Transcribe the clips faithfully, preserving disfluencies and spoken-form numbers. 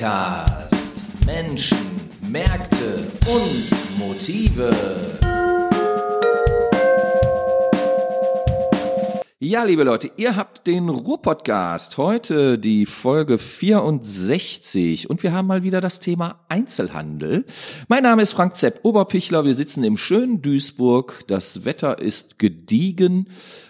Ruhr-Podcast. Menschen, Märkte und Motive. Ja, liebe Leute, ihr habt den Ruhr-Podcast. Heute die Folge vierundsechzig und wir haben mal wieder das Thema Einzelhandel. Mein Name ist Frank Zepp Oberpichler. Wir sitzen im schönen Duisburg. Das Wetter ist gediegen.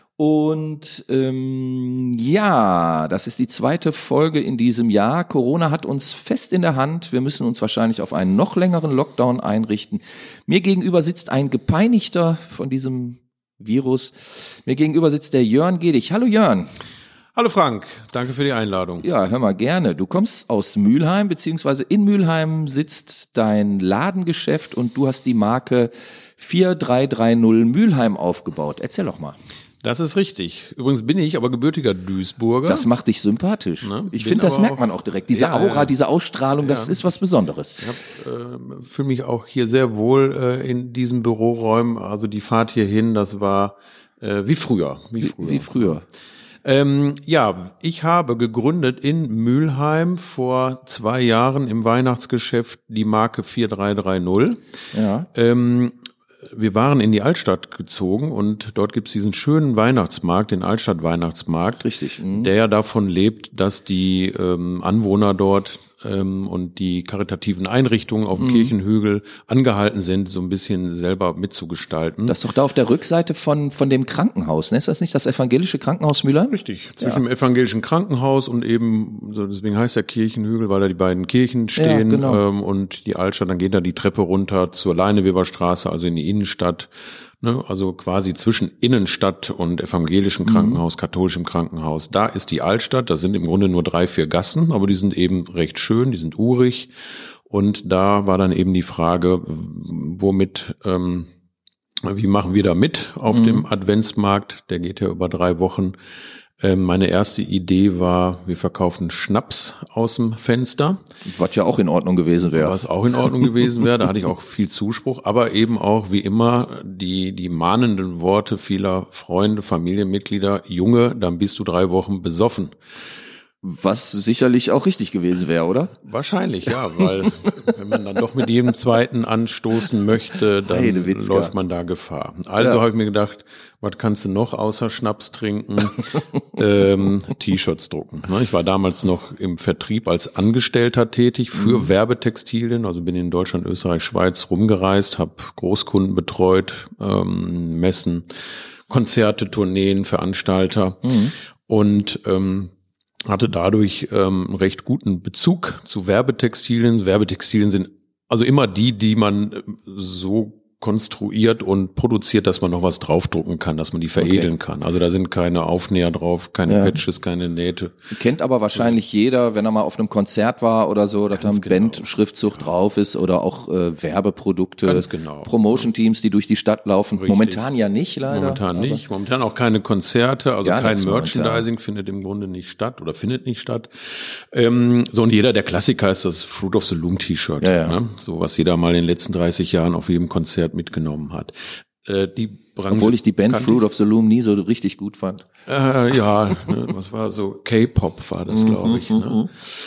Und ähm, ja, das ist die zweite Folge in diesem Jahr. Corona hat uns fest in der Hand. Wir müssen uns wahrscheinlich auf einen noch längeren Lockdown einrichten. Mir gegenüber sitzt ein Gepeinigter von diesem Virus. Mir gegenüber sitzt der Jörn Gedig. Hallo Jörn. Hallo Frank, danke für die Einladung. Ja, hör mal gerne. Du kommst aus Mülheim, beziehungsweise in Mülheim sitzt dein Ladengeschäft und du hast die Marke vier drei drei null Mülheim aufgebaut. Erzähl doch mal. Das ist richtig. Übrigens bin ich aber gebürtiger Duisburger. Das macht dich sympathisch. Ne? Ich finde, das merkt man auch direkt. Diese ja, Aura, ja. diese Ausstrahlung, das ja. ist was Besonderes. Ich äh, fühle mich auch hier sehr wohl äh, in diesen Büroräumen. Also die Fahrt hierhin, das war äh, wie früher. Wie früher. Wie, wie früher. Ähm, ja, ich habe gegründet in Mülheim vor zwei Jahren im Weihnachtsgeschäft die Marke vier drei drei null. Ja. Ähm, Wir waren in die Altstadt gezogen und dort gibt's diesen schönen Weihnachtsmarkt, den Altstadt-Weihnachtsmarkt. Richtig. Mhm. Der ja davon lebt, dass die ähm, Anwohner dort ähm, und die karitativen Einrichtungen auf dem mhm. Kirchenhügel angehalten sind, so ein bisschen selber mitzugestalten. Das ist doch da auf der Rückseite von von dem Krankenhaus, ne? Ist das nicht das evangelische Krankenhaus Mülheim? Richtig, zwischen ja. dem evangelischen Krankenhaus und eben, so deswegen heißt der Kirchenhügel, weil da die beiden Kirchen stehen ja, genau. ähm, und die Altstadt, dann geht da die Treppe runter zur Leineweberstraße, also in die Innenstadt. Also quasi zwischen Innenstadt und evangelischem Krankenhaus, mhm. katholischem Krankenhaus. Da ist die Altstadt, da sind im Grunde nur drei, vier Gassen, aber die sind eben recht schön, die sind urig. Und da war dann eben die Frage, womit, ähm, wie machen wir da mit auf mhm. dem Adventsmarkt? Der geht ja über drei Wochen. Meine erste Idee war, wir verkaufen Schnaps aus dem Fenster. Was ja auch in Ordnung gewesen wäre. Was auch in Ordnung gewesen wäre, da hatte ich auch viel Zuspruch, aber eben auch wie immer die die mahnenden Worte vieler Freunde, Familienmitglieder, Junge, dann bist du drei Wochen besoffen. Was sicherlich auch richtig gewesen wäre, oder? Wahrscheinlich, ja, weil wenn man dann doch mit jedem zweiten anstoßen möchte, dann Heidewitzka. läuft man da Gefahr. Also ja. habe ich mir gedacht, was kannst du noch außer Schnaps trinken? ähm, T-Shirts drucken. Ich war damals noch im Vertrieb als Angestellter tätig für mhm. Werbetextilien, also bin in Deutschland, Österreich, Schweiz rumgereist, habe Großkunden betreut, ähm, Messen, Konzerte, Tourneen, Veranstalter mhm. und ähm, hatte dadurch ähm, einen recht guten Bezug zu Werbetextilien. Werbetextilien sind also immer die, die man so konstruiert und produziert, dass man noch was draufdrucken kann, dass man die veredeln okay. kann. Also da sind keine Aufnäher drauf, keine ja. Patches, keine Nähte. Kennt aber wahrscheinlich ja. jeder, wenn er mal auf einem Konzert war oder so, dass da ein genau. Band-Schriftzug drauf ist oder auch äh, Werbeprodukte, Ganz genau. Promotion-Teams, die durch die Stadt laufen. Richtig. Momentan ja nicht, leider. Momentan nicht. Momentan auch keine Konzerte, also Gar kein Merchandising momentan. findet im Grunde nicht statt oder findet nicht statt. Ähm, so und jeder, der Klassiker ist das Fruit of the Loom T-Shirt. Ja, ja. Ne? So was jeder mal in den letzten dreißig Jahren auf jedem Konzert mitgenommen hat. Äh, die Branche, Obwohl ich die Band Fruit of the Loom nie so richtig gut fand. Äh, ja, ne, was war so, K-Pop war das, glaube ich. Ne?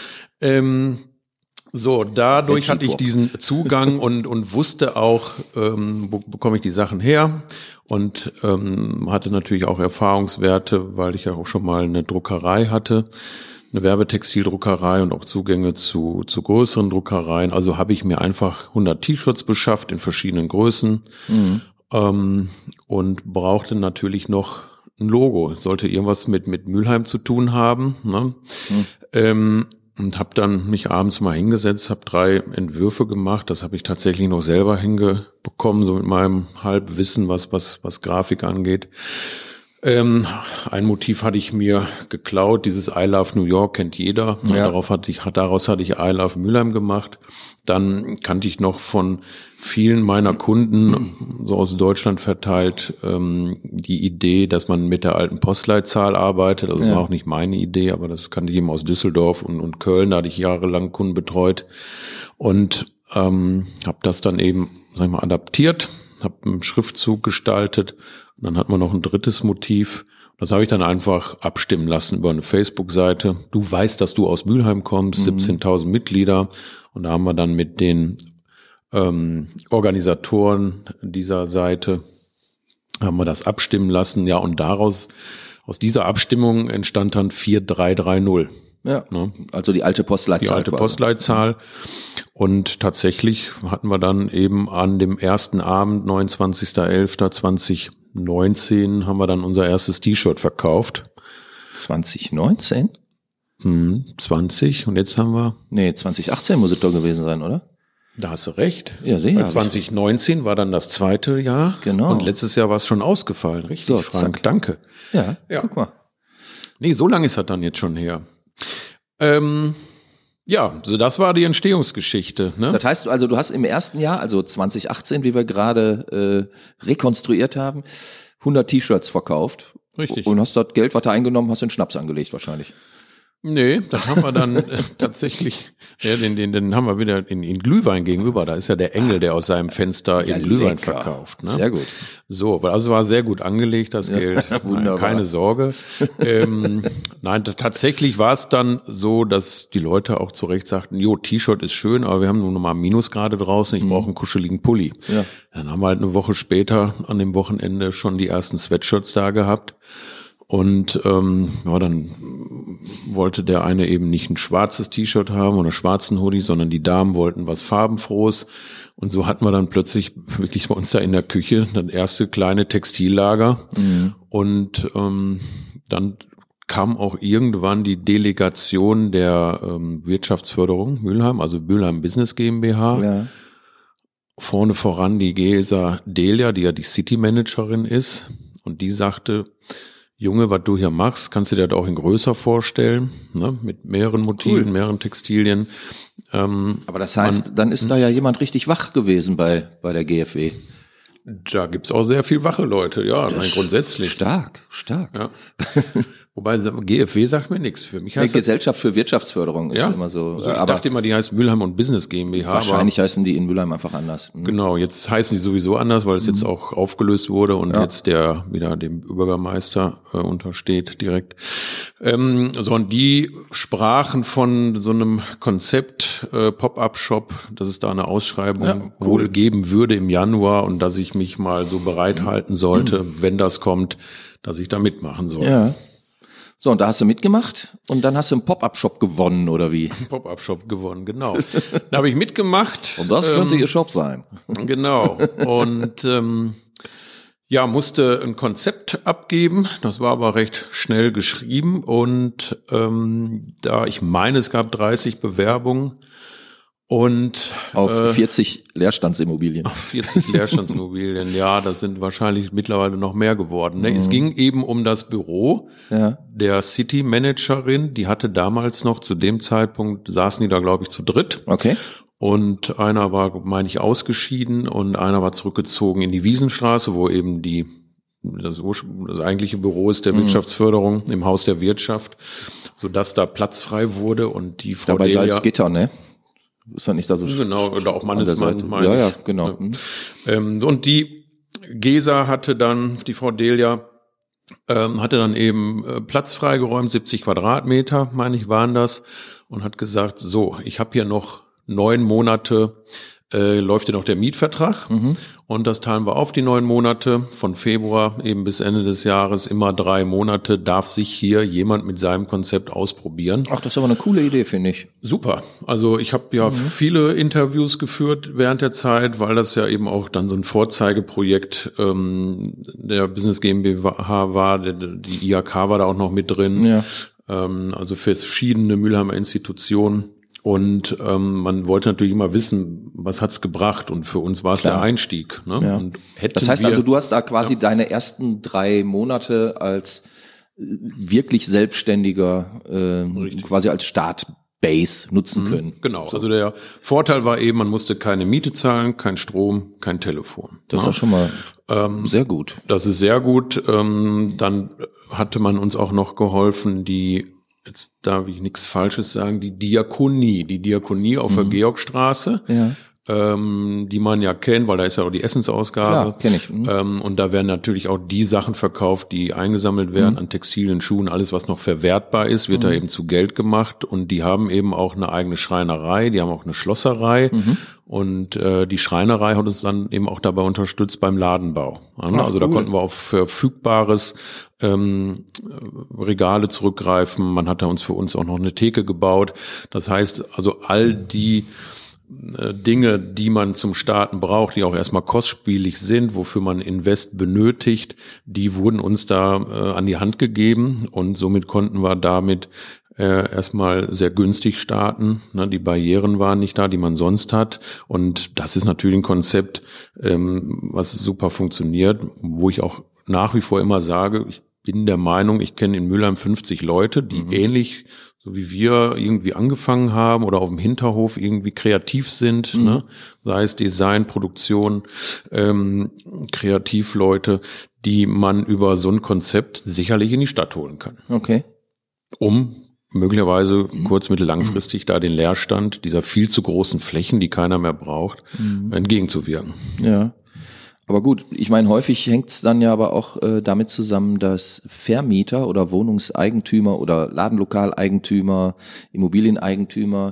Ähm, so, dadurch hatte ich diesen Zugang und und wusste auch, ähm, wo bekomme ich die Sachen her und ähm, hatte natürlich auch Erfahrungswerte, weil ich ja auch schon mal eine Druckerei hatte. Eine Werbetextildruckerei und auch Zugänge zu zu größeren Druckereien. Also habe ich mir einfach hundert T-Shirts beschafft in verschiedenen Größen mhm. ähm, und brauchte natürlich noch ein Logo. Sollte irgendwas mit mit Mülheim zu tun haben. Ne? Mhm. Ähm, und habe dann mich abends mal hingesetzt, habe drei Entwürfe gemacht. Das habe ich tatsächlich noch selber hingebekommen, so mit meinem Halbwissen, was was was Grafik angeht. Ähm, ein Motiv hatte ich mir geklaut, dieses I Love New York kennt jeder. Ja. Darauf hatte ich, daraus hatte ich I Love Mülheim gemacht. Dann kannte ich noch von vielen meiner Kunden, so aus Deutschland verteilt, ähm, die Idee, dass man mit der alten Postleitzahl arbeitet. Also das ja. war auch nicht meine Idee, aber das kannte ich eben aus Düsseldorf und, und Köln. Da hatte ich jahrelang Kunden betreut und ähm, habe das dann eben, sag ich mal, adaptiert, habe einen Schriftzug gestaltet. Und dann hat man noch ein drittes Motiv Das habe ich dann einfach abstimmen lassen über eine Facebook-Seite. Du weißt, dass du aus Mülheim kommst, mhm. siebzehntausend Mitglieder. Und da haben wir dann mit den ähm, Organisatoren dieser Seite, haben wir das abstimmen lassen. Ja, und daraus, aus dieser Abstimmung entstand dann vier drei drei null. Ja, ne? Also die alte Postleitzahl. Die alte quasi. Postleitzahl. Und tatsächlich hatten wir dann eben an dem ersten Abend, neunundzwanzigster elfter zweitausendneunzehn, haben wir dann unser erstes T-Shirt verkauft. zwanzig neunzehn? Hm, zwanzig und jetzt haben wir... Nee, zwanzig achtzehn muss es doch gewesen sein, oder? Da hast du recht. Ja, sicher. Weil zwanzig neunzehn war dann das zweite Jahr. Genau. Und letztes Jahr war es schon ausgefallen. Richtig, so, Frank, danke. Ja, ja, guck mal. Nee, so lange ist das dann jetzt schon her. Ähm, ja, so das war die Entstehungsgeschichte. Ne? Das heißt also, du hast im ersten Jahr, also zwanzig achtzehn, wie wir gerade äh, rekonstruiert haben, hundert T-Shirts verkauft. Richtig. Und hast dort Geld, was du eingenommen hast, in Schnaps angelegt wahrscheinlich. Nee, das haben wir dann äh, tatsächlich, ja, den, den, den haben wir wieder in, in Glühwein gegenüber. Da ist ja der Engel, der aus seinem Fenster ja, in Glühwein lecker. verkauft. Ne? Sehr gut. So, also war sehr gut angelegt, das ja, Geld. Wunderbar. Keine Sorge. ähm, nein, tatsächlich war es dann so, dass die Leute auch zu Recht sagten, jo, T-Shirt ist schön, aber wir haben nur noch mal Minusgrade draußen, ich mhm. brauche einen kuscheligen Pulli. Ja. Dann haben wir halt eine Woche später an dem Wochenende schon die ersten Sweatshirts da gehabt. Und ähm, ja, dann wollte der eine eben nicht ein schwarzes T-Shirt haben oder einen schwarzen Hoodie, sondern die Damen wollten was Farbenfrohes. Und so hatten wir dann plötzlich wirklich bei uns da in der Küche das erste kleine Textillager. Mhm. Und ähm, dann kam auch irgendwann die Delegation der ähm, Wirtschaftsförderung Mülheim, also Mülheim Business GmbH. Ja. Vorne voran die Gesa Delia, die ja die City Managerin ist. Und die sagte, Junge, was du hier machst, kannst du dir das auch in größer vorstellen, ne? Mit mehreren Motiven, cool. mehreren Textilien. Ähm, Aber das heißt, man, dann ist da ja jemand richtig wach gewesen bei bei der G F W. Da gibt's auch sehr viel wache Leute, ja, nein, grundsätzlich. Stark, stark. Ja. Wobei G F W sagt mir nichts. Für mich heißt die Gesellschaft für Wirtschaftsförderung ist ja, immer so. Also ich aber dachte immer, die heißt Mülheim und Business GmbH. Wahrscheinlich heißen die in Mülheim einfach anders. Mhm. Genau, jetzt heißen die sowieso anders, weil es mhm. jetzt auch aufgelöst wurde und ja. jetzt der wieder dem Bürgermeister äh, untersteht direkt. Ähm, so, und die sprachen von so einem Konzept äh, Pop-up-Shop, dass es da eine Ausschreibung ja, cool. wohl geben würde im Januar und dass ich mich mal so bereithalten sollte, mhm. wenn das kommt, dass ich da mitmachen soll. Ja. So, und da hast du mitgemacht und dann hast du einen Pop-up-Shop gewonnen, oder wie? Pop-up-Shop gewonnen, genau. Da habe ich mitgemacht. Und das könnte ähm, ihr Shop sein. Genau. Und ähm, ja, musste ein Konzept abgeben. Das war aber recht schnell geschrieben. Und ähm, da, ich meine, es gab dreißig Bewerbungen. Und auf äh, vierzig Leerstandsimmobilien. Auf vierzig Leerstandsimmobilien, ja, das sind wahrscheinlich mittlerweile noch mehr geworden. Ne? Mhm. Es ging eben um das Büro ja. der City Managerin, die hatte damals noch, zu dem Zeitpunkt saßen die da, glaube ich, zu dritt. Okay. Und einer war, meine ich, ausgeschieden und einer war zurückgezogen in die Wiesenstraße, wo eben die das, das eigentliche Büro ist der mhm. Wirtschaftsförderung im Haus der Wirtschaft, sodass da Platz frei wurde und die Frau da bei Delia, Salzgitter, ne? Ist ja nicht da so. Genau, oder auch Mannesmann. Ja, ja, genau. Ja. Ähm, und die Gesa hatte dann, die Frau Delia, ähm, hatte dann eben äh, Platz freigeräumt, siebzig Quadratmeter, meine ich, waren das, und hat gesagt, so, ich habe hier noch neun Monate, äh, läuft ja noch der Mietvertrag, mhm. und das teilen wir auf, die neun Monate, von Februar eben bis Ende des Jahres, immer drei Monate, darf sich hier jemand mit seinem Konzept ausprobieren. Ach, das ist aber eine coole Idee, finde ich. Super. Also ich habe ja mhm. viele Interviews geführt während der Zeit, weil das ja eben auch dann so ein Vorzeigeprojekt ähm, der Business GmbH war, der, die I H K war da auch noch mit drin, ja. ähm, also für verschiedene Mülheimer Institutionen. Und ähm, man wollte natürlich immer wissen, was hat's gebracht, und für uns war es der Einstieg. Ne? Ja. Und hätten das heißt wir, also, du hast da quasi ja. deine ersten drei Monate als wirklich Selbstständiger, äh, quasi als Startbase nutzen mhm. können. Genau, also der Vorteil war eben, man musste keine Miete zahlen, kein Strom, kein Telefon. Das ist ja schon mal ähm, sehr gut. Das ist sehr gut. Ähm, dann hatte man uns auch noch geholfen, die Jetzt darf ich nichts Falsches sagen, die Diakonie, die Diakonie auf mhm. der Georgstraße, ja. ähm, die man ja kennt, weil da ist ja auch die Essensausgabe. Klar, kenne ich. Mhm. Ähm, und da werden natürlich auch die Sachen verkauft, die eingesammelt werden mhm. an Textilien, Schuhen, alles was noch verwertbar ist, wird mhm. da eben zu Geld gemacht. Und die haben eben auch eine eigene Schreinerei, die haben auch eine Schlosserei. Mhm. Und äh, die Schreinerei hat uns dann eben auch dabei unterstützt beim Ladenbau. Ja, Ach, also cool. Da konnten wir auf verfügbares ähm, Regale zurückgreifen. Man hat da uns für uns auch noch eine Theke gebaut. Das heißt, also all die Dinge, die man zum Starten braucht, die auch erstmal kostspielig sind, wofür man Invest benötigt, die wurden uns da äh, an die Hand gegeben und somit konnten wir damit äh, erstmal sehr günstig starten. Ne, die Barrieren waren nicht da, die man sonst hat, und das ist natürlich ein Konzept, ähm, was super funktioniert, wo ich auch nach wie vor immer sage, ich bin der Meinung, ich kenne in Mülheim fünfzig Leute, die mhm. ähnlich so wie wir irgendwie angefangen haben oder auf dem Hinterhof irgendwie kreativ sind, mhm. ne? Sei es Design, Produktion, ähm, Kreativleute, die man über so ein Konzept sicherlich in die Stadt holen kann. Okay. Um möglicherweise kurz-, mittel-, langfristig da den Leerstand dieser viel zu großen Flächen, die keiner mehr braucht, mhm. entgegenzuwirken. Ja. Aber gut, ich meine, häufig hängt es dann ja aber auch äh, damit zusammen, dass Vermieter oder Wohnungseigentümer oder Ladenlokaleigentümer, Immobilieneigentümer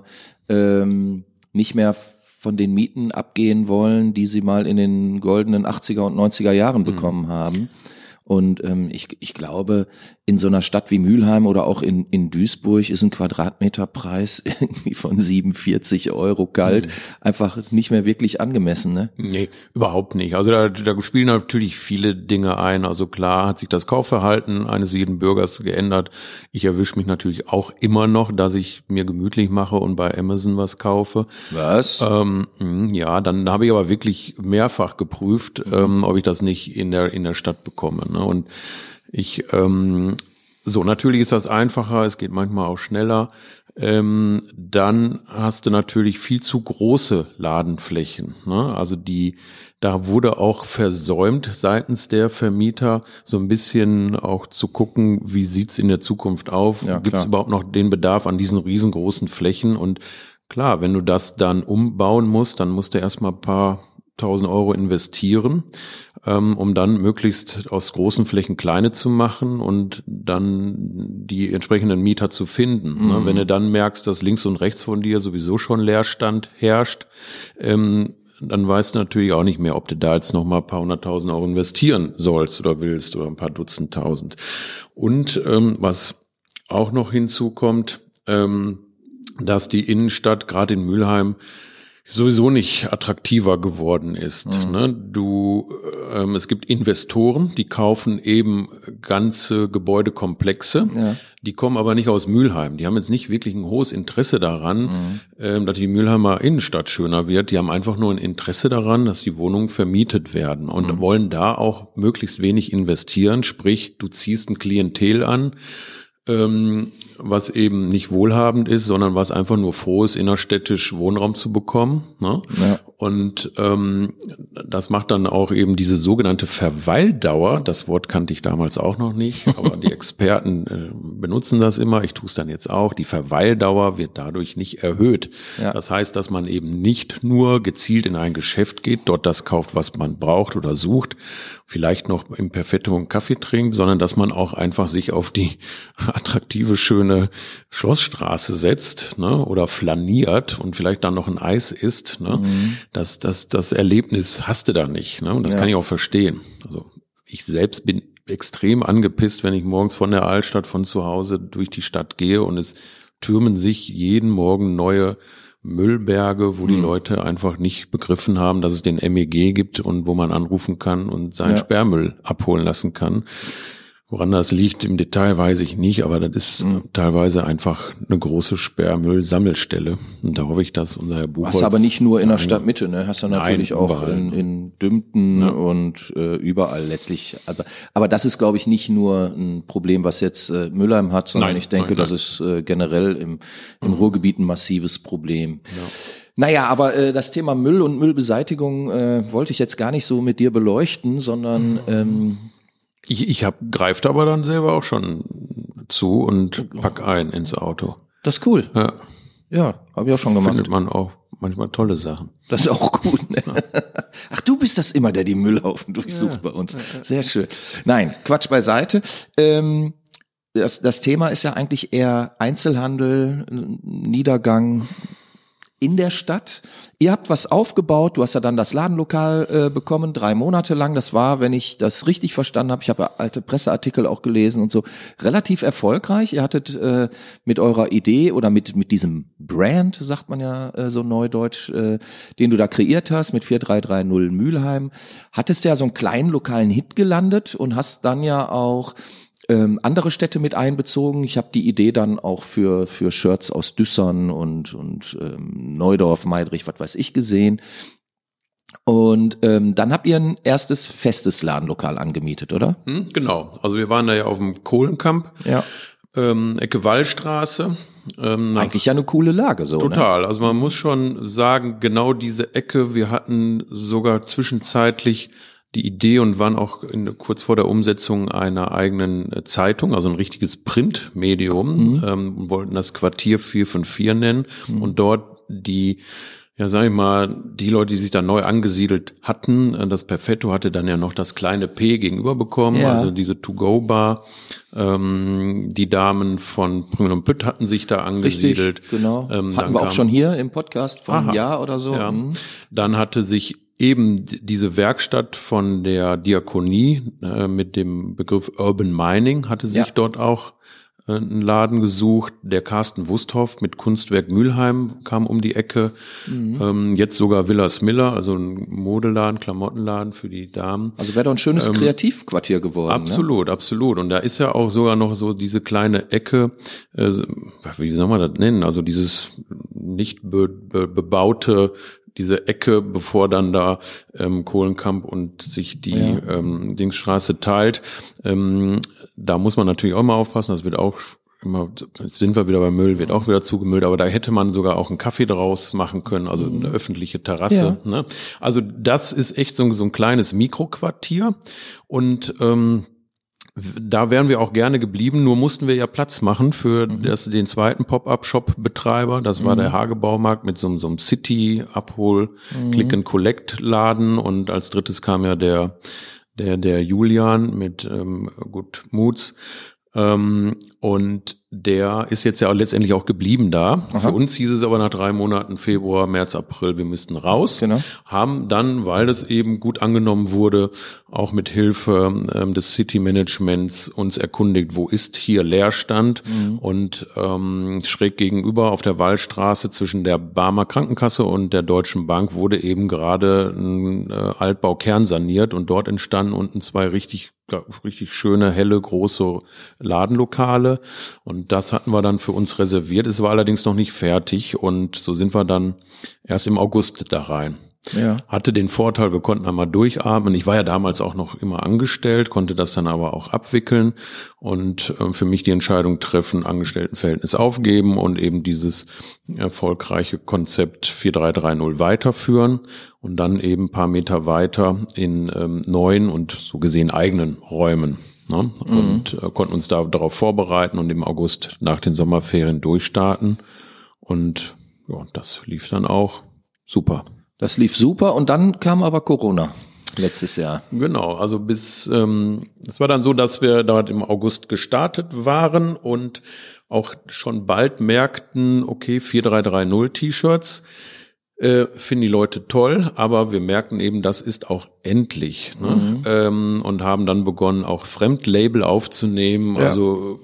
ähm, nicht mehr von den Mieten abgehen wollen, die sie mal in den goldenen achtziger und neunziger Jahren bekommen mhm. haben. Und ähm, ich, ich glaube, in so einer Stadt wie Mülheim oder auch in, in Duisburg ist ein Quadratmeterpreis irgendwie von siebenundvierzig Euro kalt mhm. einfach nicht mehr wirklich angemessen, ne? Nee, überhaupt nicht. Also da, da spielen natürlich viele Dinge ein. Also klar hat sich das Kaufverhalten eines jeden Bürgers geändert. Ich erwische mich natürlich auch immer noch, dass ich mir gemütlich mache und bei Amazon was kaufe. Was? Ähm, ja, dann habe ich aber wirklich mehrfach geprüft, mhm. ähm, ob ich das nicht in der, in der Stadt bekomme. Und ich, ähm, so natürlich ist das einfacher, es geht manchmal auch schneller. Ähm, dann hast du natürlich viel zu große Ladenflächen, ne? Also die, da wurde auch versäumt seitens der Vermieter so ein bisschen auch zu gucken, wie sieht's in der Zukunft auf? Ja, Gibt es überhaupt noch den Bedarf an diesen riesengroßen Flächen? Und klar, wenn du das dann umbauen musst, dann musst du erstmal ein paar tausend Euro investieren, ähm, um dann möglichst aus großen Flächen kleine zu machen und dann die entsprechenden Mieter zu finden. Mhm. Ne? Wenn du dann merkst, dass links und rechts von dir sowieso schon Leerstand herrscht, ähm, dann weißt du natürlich auch nicht mehr, ob du da jetzt noch mal ein paar hunderttausend Euro investieren sollst oder willst oder ein paar Dutzend tausend. Und ähm, was auch noch hinzukommt, ähm, dass die Innenstadt gerade in Mülheim sowieso nicht attraktiver geworden ist. Mhm. Ne? Du, ähm, es gibt Investoren, die kaufen eben ganze Gebäudekomplexe, ja. Die kommen aber nicht aus Mülheim. Die haben jetzt nicht wirklich ein hohes Interesse daran, mhm. ähm, dass die Mülheimer Innenstadt schöner wird. Die haben einfach nur ein Interesse daran, dass die Wohnungen vermietet werden und mhm. wollen da auch möglichst wenig investieren. Sprich, du ziehst ein Klientel an, Ähm, was eben nicht wohlhabend ist, sondern was einfach nur froh ist, innerstädtisch Wohnraum zu bekommen. Ne? Ja. Und ähm, das macht dann auch eben diese sogenannte Verweildauer, das Wort kannte ich damals auch noch nicht, aber die Experten äh, benutzen das immer, ich tue es dann jetzt auch, die Verweildauer wird dadurch nicht erhöht. Ja. Das heißt, dass man eben nicht nur gezielt in ein Geschäft geht, dort das kauft, was man braucht oder sucht, vielleicht noch im Perfetto einen Kaffee trinkt, sondern dass man auch einfach sich auf die attraktive, schöne Schlossstraße setzt, ne, oder flaniert und vielleicht dann noch ein Eis isst, ne, mhm. das, das, das Erlebnis hast du da nicht, ne, und das ja. kann ich auch verstehen. Also ich selbst bin extrem angepisst, wenn ich morgens von der Altstadt von zu Hause durch die Stadt gehe und es türmen sich jeden Morgen neue Müllberge, wo die hm. Leute einfach nicht begriffen haben, dass es den M E G gibt und wo man anrufen kann und seinen ja. Sperrmüll abholen lassen kann. Woran das liegt im Detail, weiß ich nicht, aber das ist mhm. teilweise einfach eine große Sperrmüll-Sammelstelle. Und da hoffe ich, dass unser Herr Buchholz... Was aber nicht nur in der Stadtmitte, ne? Hast du natürlich Nein, auch in, in Dümpen ja. und äh, überall letztlich. Aber, aber das ist, glaube ich, nicht nur ein Problem, was jetzt äh, Mülheim hat, sondern nein, ich denke, nein, nein. das ist äh, generell im, im mhm. Ruhrgebiet ein massives Problem. Ja. Naja, aber äh, das Thema Müll und Müllbeseitigung äh, wollte ich jetzt gar nicht so mit dir beleuchten, sondern... Ähm, Ich, ich hab, greift aber dann selber auch schon zu und pack ein ins Auto. Das ist cool. Ja, ja, habe ich auch schon gemacht. Findet man auch manchmal tolle Sachen. Das ist auch gut, ne? Ja. Ach, du bist das immer, der die Müllhaufen durchsucht ja. bei uns. Sehr schön. Nein, Quatsch beiseite. Ähm, das, das Thema ist ja eigentlich eher Einzelhandel, Niedergang in der Stadt. Ihr habt was aufgebaut, du hast ja dann das Ladenlokal äh, bekommen, drei Monate lang. Das war, wenn ich das richtig verstanden habe, ich habe ja alte Presseartikel auch gelesen und so, relativ erfolgreich. Ihr hattet äh, mit eurer Idee oder mit mit diesem Brand, sagt man ja äh, so neudeutsch, äh, den du da kreiert hast, mit vier drei drei null Mülheim, hattest ja so einen kleinen lokalen Hit gelandet und hast dann ja auch Ähm, andere Städte mit einbezogen. Ich habe die Idee dann auch für für Shirts aus Düssern und und ähm, Neudorf, Meidrich, was weiß ich, gesehen. Und ähm, dann habt ihr ein erstes festes Ladenlokal angemietet, oder? Hm, genau. Also wir waren da ja auf dem Kohlenkamp, ja. ähm, Ecke Wallstraße. Ähm, Eigentlich ja eine coole Lage, so. Total. Ne? Also man muss schon sagen, genau diese Ecke. Wir hatten sogar zwischenzeitlich die Idee und waren auch in, kurz vor der Umsetzung einer eigenen Zeitung, also ein richtiges Printmedium, mhm. ähm, wollten das Quartier vier fünf vier nennen mhm. und dort die, ja sag ich mal, die Leute, die sich da neu angesiedelt hatten, das Perfetto hatte dann ja noch das kleine P gegenüber bekommen, ja. also diese To-Go-Bar. Ähm, die Damen von Prüngel und Pütt hatten sich da angesiedelt. Richtig, genau. Ähm, hatten wir auch schon hier im Podcast vor einem Jahr oder so. Ja. Mhm. Dann hatte sich eben diese Werkstatt von der Diakonie äh, mit dem Begriff Urban Mining hatte sich ja. dort auch äh, einen Laden gesucht. Der Carsten Wusthoff mit Kunstwerk Mülheim kam um die Ecke. Mhm. Ähm, jetzt sogar Villas Miller, also ein Modeladen, Klamottenladen für die Damen. Also wäre doch ein schönes ähm, Kreativquartier geworden. Absolut, ne? absolut. Und da ist ja auch sogar noch so diese kleine Ecke, äh, wie soll man das nennen? Also dieses nicht be, be, bebaute diese Ecke, bevor dann da ähm, Kohlenkamp und sich die ja. ähm, Dingsstraße teilt. Ähm, da muss man natürlich auch mal aufpassen, das wird auch immer, jetzt sind wir wieder beim Müll, wird auch wieder zugemüllt, aber da hätte man sogar auch einen Kaffee draus machen können, also eine öffentliche Terrasse. Ja. Ne? Also das ist echt so, so ein kleines Mikroquartier und ähm, da wären wir auch gerne geblieben, nur mussten wir ja Platz machen für mhm. das, den zweiten Pop-up-Shop-Betreiber. Das war mhm. der Hagebaumarkt mit so, so einem City-Abhol, mhm. Click-and-Collect-Laden und als drittes kam ja der der der Julian mit ähm, Good Moods. Ähm, und der ist jetzt ja letztendlich auch geblieben da. Aha. Für uns hieß es aber nach drei Monaten Februar, März, April, wir müssten raus. Genau. Haben dann, weil das eben gut angenommen wurde, auch mit Hilfe ähm, des City-Managements uns erkundigt, wo ist hier Leerstand. Mhm. Und ähm, schräg gegenüber auf der Wallstraße zwischen der Barmer Krankenkasse und der Deutschen Bank wurde eben gerade ein äh, Altbau kernsaniert und dort entstanden unten zwei richtig richtig schöne, helle, große Ladenlokale und das hatten wir dann für uns reserviert. Es war allerdings noch nicht fertig und so sind wir dann erst im August da rein. Ja. Hatte den Vorteil, wir konnten einmal durchatmen. Ich war ja damals auch noch immer angestellt, konnte das dann aber auch abwickeln und äh, für mich die Entscheidung treffen, Angestelltenverhältnis aufgeben und eben dieses erfolgreiche Konzept vier drei drei null weiterführen und dann eben ein paar Meter weiter in ähm, neuen und so gesehen eigenen Räumen. Ne? Mhm. Und äh, konnten uns da darauf vorbereiten und im August nach den Sommerferien durchstarten und ja, das lief dann auch super. Das lief super und dann kam aber Corona letztes Jahr. Genau, also bis, ähm, es war dann so, dass wir dort im August gestartet waren und auch schon bald merkten, okay, vier drei drei null T-Shirts äh, finden die Leute toll, aber wir merken eben, das ist auch endlich. Ne? Mhm. Ähm, und haben dann begonnen, auch Fremdlabel aufzunehmen, ja. also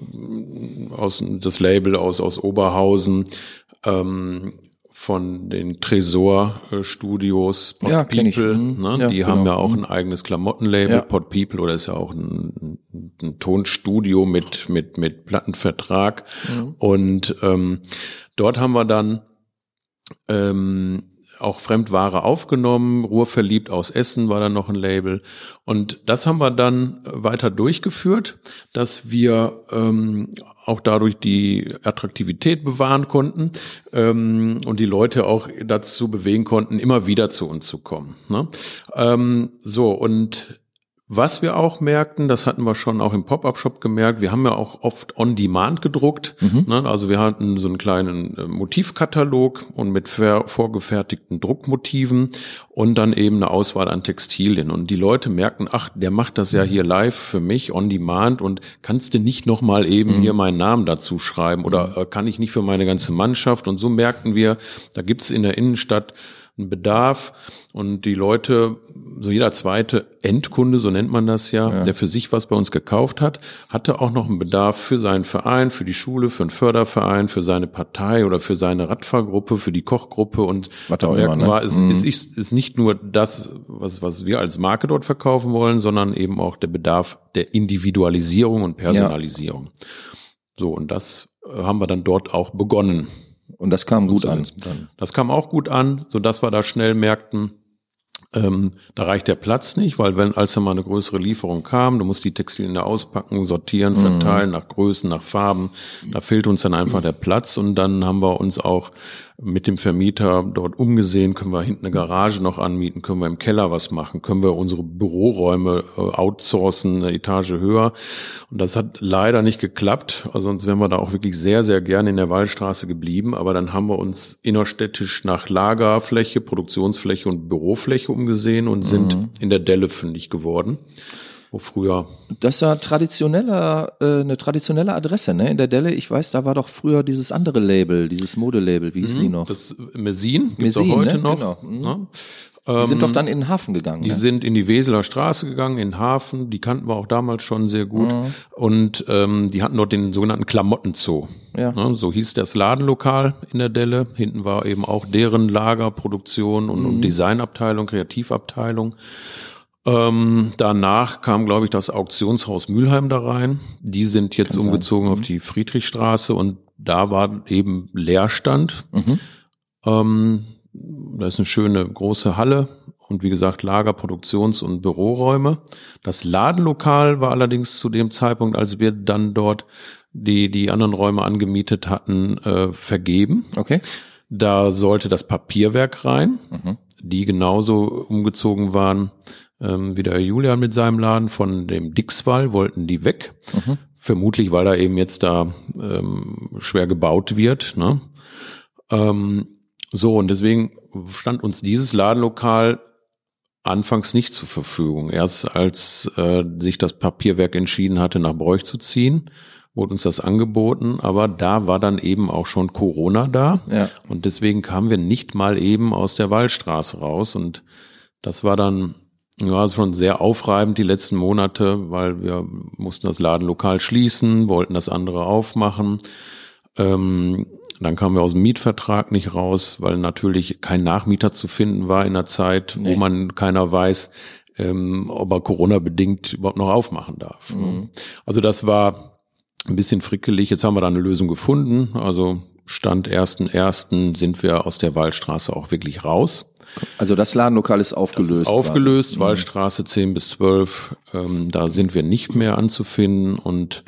aus das Label aus, aus Oberhausen, ähm, von den Tresor-Studios, Pod ja, People, ne? Ja, die genau. haben ja auch ein eigenes Klamottenlabel, ja. Pod People, oder ist ja auch ein, ein Tonstudio mit mit mit Plattenvertrag. Mhm. Und ähm, dort haben wir dann ähm, auch Fremdware aufgenommen, Ruhrverliebt aus Essen war dann noch ein Label und das haben wir dann weiter durchgeführt, dass wir ähm, auch dadurch die Attraktivität bewahren konnten ähm, und die Leute auch dazu bewegen konnten, immer wieder zu uns zu kommen. Ne? Ähm, so und Was wir auch merkten, das hatten wir schon auch im Pop-Up-Shop gemerkt, wir haben ja auch oft on-demand gedruckt. Mhm. Ne? Also wir hatten so einen kleinen äh, Motivkatalog und mit ver- vorgefertigten Druckmotiven und dann eben eine Auswahl an Textilien. Und die Leute merkten, ach, der macht das ja hier live für mich on-demand und kannst du nicht nochmal eben mhm. hier meinen Namen dazu schreiben oder äh, kann ich nicht für meine ganze Mannschaft? Und so merkten wir, da gibt's in der Innenstadt einen Bedarf und die Leute, so jeder zweite Endkunde, so nennt man das ja, ja, der für sich was bei uns gekauft hat, hatte auch noch einen Bedarf für seinen Verein, für die Schule, für einen Förderverein, für seine Partei oder für seine Radfahrgruppe, für die Kochgruppe und was auch immer, ne? war, es mhm. ist, ist, ist nicht nur das, was, was wir als Marke dort verkaufen wollen, sondern eben auch der Bedarf der Individualisierung und Personalisierung. Ja. So, und das haben wir dann dort auch begonnen. Und das kam gut an. Das kam auch gut an, sodass wir da schnell merkten, ähm, da reicht der Platz nicht, weil wenn, als dann mal eine größere Lieferung kam, du musst die Textilien da auspacken, sortieren, verteilen, mhm. nach Größen, nach Farben, da fehlt uns dann einfach der Platz und dann haben wir uns auch mit dem Vermieter dort umgesehen, können wir hinten eine Garage noch anmieten, können wir im Keller was machen, können wir unsere Büroräume äh, outsourcen, eine Etage höher. Und das hat leider nicht geklappt, also sonst wären wir da auch wirklich sehr, sehr gerne in der Wallstraße geblieben. Aber dann haben wir uns innerstädtisch nach Lagerfläche, Produktionsfläche und Bürofläche umgesehen und sind mhm. in der Delle fündig geworden. Wo früher. Das war traditioneller, äh, eine traditionelle Adresse, ne? In der Delle, ich weiß, da war doch früher dieses andere Label, dieses Modelabel, wie hieß mhm, die noch? Das Messin, gibt's auch heute ne? noch. Genau. Mhm. Ja. Die ähm, sind doch dann in den Hafen gegangen. Die ne? sind in die Weseler Straße gegangen, in den Hafen, die kannten wir auch damals schon sehr gut. Mhm. Und ähm, die hatten dort den sogenannten Klamottenzoo. Ja. Ne? So hieß das Ladenlokal in der Delle. Hinten war eben auch deren Lagerproduktion und, mhm. und Designabteilung, Kreativabteilung. Ähm, danach kam, glaube ich, das Auktionshaus Mülheim da rein. Die sind jetzt Kann umgezogen sein. auf die Friedrichstraße und da war eben Leerstand. Mhm. Ähm, da ist eine schöne große Halle und wie gesagt Lager, Produktions- und Büroräume. Das Ladenlokal war allerdings zu dem Zeitpunkt, als wir dann dort die die anderen Räume angemietet hatten, äh, vergeben. Okay. Da sollte das Papierwerk rein, mhm. die genauso umgezogen waren ähm, wie der Julian mit seinem Laden. Von dem Dixwall wollten die weg. Mhm. Vermutlich, weil da eben jetzt da ähm, schwer gebaut wird. Ne? Ähm, so, und deswegen stand uns dieses Ladenlokal anfangs nicht zur Verfügung. Erst als äh, sich das Papierwerk entschieden hatte, nach Broich zu ziehen, wurde uns das angeboten, aber da war dann eben auch schon Corona da. Ja. Und deswegen kamen wir nicht mal eben aus der Wallstraße raus. Und das war dann ja schon sehr aufreibend die letzten Monate, weil wir mussten das Ladenlokal schließen, wollten das andere aufmachen. Ähm, dann kamen wir aus dem Mietvertrag nicht raus, weil natürlich kein Nachmieter zu finden war in der Zeit, nee. wo man keiner weiß, ähm, ob er Corona-bedingt überhaupt noch aufmachen darf. Mhm. Also das war ein bisschen frickelig. Jetzt haben wir da eine Lösung gefunden. Also Stand ersten ersten sind wir aus der Wallstraße auch wirklich raus. Also das Ladenlokal ist aufgelöst. Das ist aufgelöst, quasi. Wallstraße zehn bis zwölf, ähm, da sind wir nicht mehr anzufinden und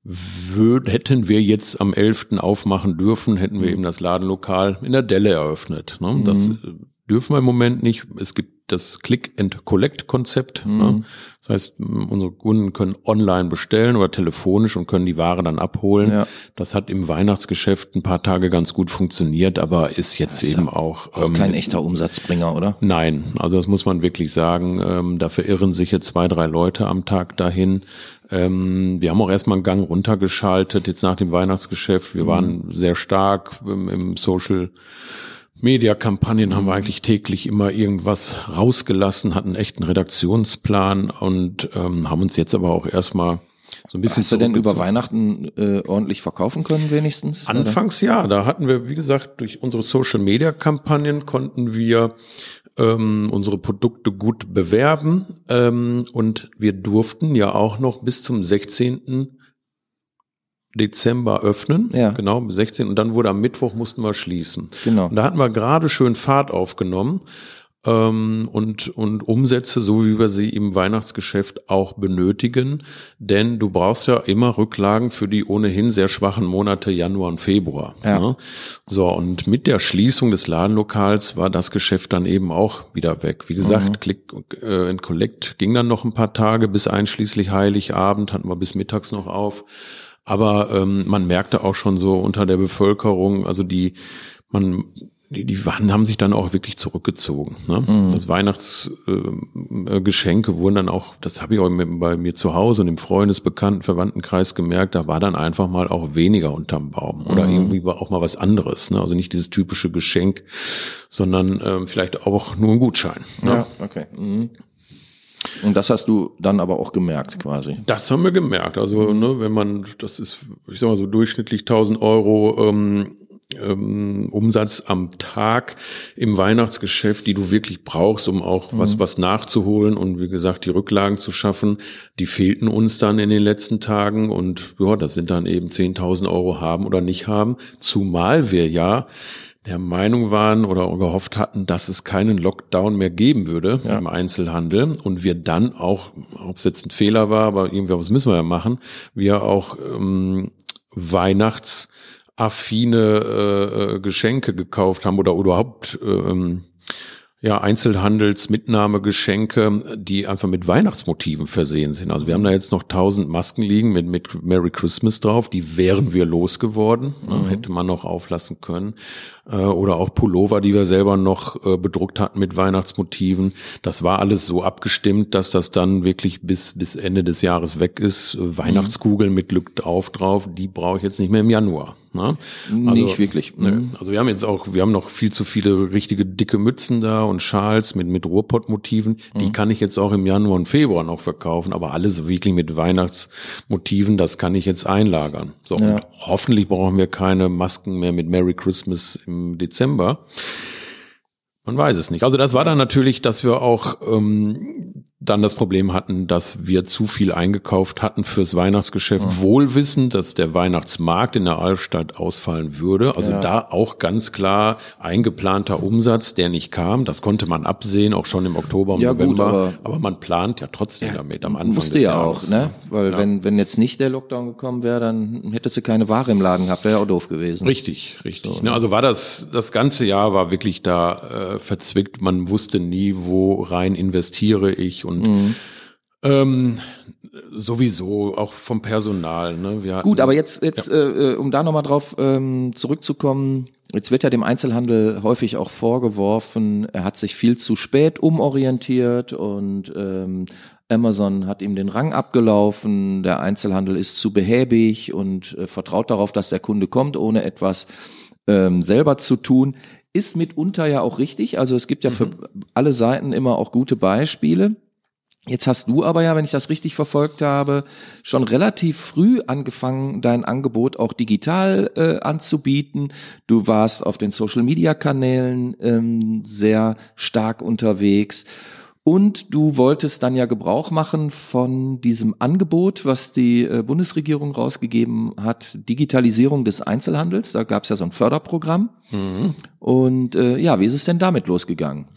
würd, hätten wir jetzt am elften aufmachen dürfen, hätten wir mhm. eben das Ladenlokal in der Delle eröffnet. Ne? Mhm. Das dürfen wir im Moment nicht. Es gibt das Click-and-Collect-Konzept. Mhm. Ne? Das heißt, unsere Kunden können online bestellen oder telefonisch und können die Ware dann abholen. Ja. Das hat im Weihnachtsgeschäft ein paar Tage ganz gut funktioniert, aber ist jetzt ist eben ja auch... auch ähm, kein echter Umsatzbringer, oder? Nein, also das muss man wirklich sagen. Ähm, da verirren sich jetzt zwei, drei Leute am Tag dahin. Ähm, wir haben auch erstmal einen Gang runtergeschaltet, jetzt nach dem Weihnachtsgeschäft. Wir mhm. waren sehr stark im, im Social... Media-Kampagnen haben wir eigentlich täglich immer irgendwas rausgelassen, hatten echt einen Redaktionsplan und ähm, haben uns jetzt aber auch erstmal so ein bisschen... Hast du denn über Weihnachten äh, ordentlich verkaufen können wenigstens? Anfangs oder? Ja, da hatten wir, wie gesagt, durch unsere Social-Media-Kampagnen konnten wir ähm, unsere Produkte gut bewerben ähm, und wir durften ja auch noch bis zum sechzehnten Dezember öffnen, ja. genau, sechzehn und dann wurde am Mittwoch mussten wir schließen. Genau. Und da hatten wir gerade schön Fahrt aufgenommen ähm, und, und Umsätze, so wie wir sie im Weihnachtsgeschäft auch benötigen. Denn du brauchst ja immer Rücklagen für die ohnehin sehr schwachen Monate Januar und Februar. Ja. Ne? So, und mit der Schließung des Ladenlokals war das Geschäft dann eben auch wieder weg. Wie gesagt, mhm. Click äh, and Collect ging dann noch ein paar Tage, bis einschließlich Heiligabend, hatten wir bis mittags noch auf. Aber ähm, man merkte auch schon so unter der Bevölkerung, also die, man, die, die waren, haben sich dann auch wirklich zurückgezogen. Ne? Mhm. Das Weihnachtsgeschenke äh, wurden dann auch, das habe ich auch bei mir zu Hause und im Freundesbekannten, Verwandtenkreis gemerkt, da war dann einfach mal auch weniger unterm Baum oder mhm. irgendwie war auch mal was anderes. Ne? Also nicht dieses typische Geschenk, sondern ähm, vielleicht auch nur ein Gutschein. Ne? Ja, okay. Mhm. Und das hast du dann aber auch gemerkt quasi? Das haben wir gemerkt. Also ne, wenn man, das ist, ich sag mal so durchschnittlich tausend Euro ähm, ähm, Umsatz am Tag im Weihnachtsgeschäft, die du wirklich brauchst, um auch mhm. was was nachzuholen und wie gesagt die Rücklagen zu schaffen, die fehlten uns dann in den letzten Tagen und ja, das sind dann eben zehntausend Euro haben oder nicht haben, zumal wir ja der Meinung waren oder gehofft hatten, dass es keinen Lockdown mehr geben würde ja. im Einzelhandel und wir dann auch, ob es jetzt ein Fehler war, aber irgendwie was müssen wir ja machen, wir auch ähm, weihnachtsaffine äh, Geschenke gekauft haben oder überhaupt ähm, ja, Einzelhandelsmitnahmegeschenke, die einfach mit Weihnachtsmotiven versehen sind. Also wir haben da jetzt noch tausend Masken liegen mit, mit Merry Christmas drauf. Die wären wir losgeworden. Mhm. Hätte man noch auflassen können. Oder auch Pullover, die wir selber noch bedruckt hatten mit Weihnachtsmotiven. Das war alles so abgestimmt, dass das dann wirklich bis, bis Ende des Jahres weg ist. Weihnachtskugeln mit Glück auf drauf, die brauche ich jetzt nicht mehr im Januar. Ne? Also, nicht wirklich. Ne. Also wir haben jetzt auch, wir haben noch viel zu viele richtige dicke Mützen da und Schals mit, mit Ruhrpott-Motiven. Die mhm. kann ich jetzt auch im Januar und Februar noch verkaufen, aber alles wirklich mit Weihnachtsmotiven, das kann ich jetzt einlagern. So, ja. Und hoffentlich brauchen wir keine Masken mehr mit Merry Christmas im Dezember. Man weiß es nicht. Also das war dann natürlich, dass wir auch ähm, dann das Problem hatten, dass wir zu viel eingekauft hatten fürs Weihnachtsgeschäft, mhm. wohlwissend, dass der Weihnachtsmarkt in der Altstadt ausfallen würde. Also ja. da auch ganz klar eingeplanter Umsatz, der nicht kam. Das konnte man absehen, auch schon im Oktober und ja, November. Gut, aber, aber man plant ja trotzdem ja, damit am Anfang musste des ja Jahres. Auch, ne? Weil ja. wenn wenn jetzt nicht der Lockdown gekommen wäre, dann hättest du keine Ware im Laden gehabt. Wäre ja auch doof gewesen. Richtig, richtig. So, ne? Also war das das ganze Jahr war wirklich da äh, verzwickt. Man wusste nie, wo rein investiere ich und mhm. ähm, sowieso auch vom Personal. Ne? Wir hatten, Gut, aber jetzt, jetzt ja. äh, um da nochmal drauf ähm, zurückzukommen, jetzt wird ja dem Einzelhandel häufig auch vorgeworfen, er hat sich viel zu spät umorientiert und ähm, Amazon hat ihm den Rang abgelaufen, der Einzelhandel ist zu behäbig und äh, vertraut darauf, dass der Kunde kommt, ohne etwas ähm, selber zu tun. Ist mitunter ja auch richtig, also es gibt ja für mhm. alle Seiten immer auch gute Beispiele. Jetzt hast du aber ja, wenn ich das richtig verfolgt habe, schon relativ früh angefangen, dein Angebot auch digital äh, anzubieten. Du warst auf den Social-Media-Kanälen ähm, sehr stark unterwegs. Und du wolltest dann ja Gebrauch machen von diesem Angebot, was die äh, Bundesregierung rausgegeben hat, Digitalisierung des Einzelhandels. Da gab es ja so ein Förderprogramm. Mhm. Und äh, ja, wie ist es denn damit losgegangen?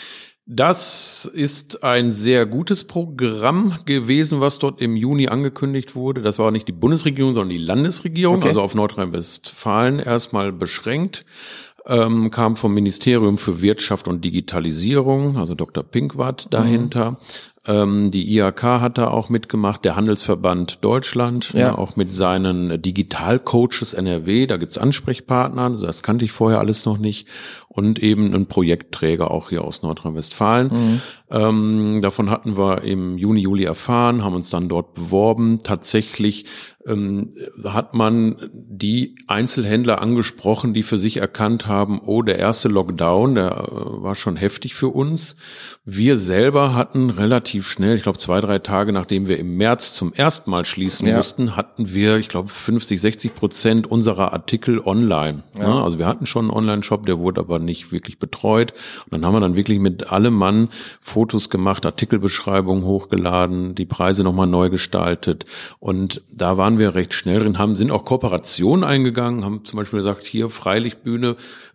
Das ist ein sehr gutes Programm gewesen, was dort im Juni angekündigt wurde. Das war nicht die Bundesregierung, sondern die Landesregierung, okay. Also auf Nordrhein-Westfalen erstmal beschränkt. Ähm, kam vom Ministerium für Wirtschaft und Digitalisierung, also Doktor Pinkwart dahinter. Mhm. Ähm, die I H K hat da auch mitgemacht, der Handelsverband Deutschland, ja. Ne, auch mit seinen Digitalcoaches N R W, da gibt's Ansprechpartner, das kannte ich vorher alles noch nicht. Und eben ein Projektträger auch hier aus Nordrhein-Westfalen. Mhm. Ähm, davon hatten wir im Juni, Juli erfahren, haben uns dann dort beworben. Tatsächlich ähm, hat man die Einzelhändler angesprochen, die für sich erkannt haben, oh, der erste Lockdown, der äh, war schon heftig für uns. Wir selber hatten relativ schnell, ich glaube zwei, drei Tage, nachdem wir im März zum ersten Mal schließen ja. mussten, hatten wir, ich glaube, fünfzig, sechzig Prozent unserer Artikel online. Ja. Ja, also wir hatten schon einen Online-Shop, der wurde aber nicht wirklich betreut. Und dann haben wir dann wirklich mit allem Mann Fotos gemacht, Artikelbeschreibungen hochgeladen, die Preise nochmal neu gestaltet. Und da waren wir recht schnell drin, haben, sind auch Kooperationen eingegangen, haben zum Beispiel gesagt, hier Freilichtbühne,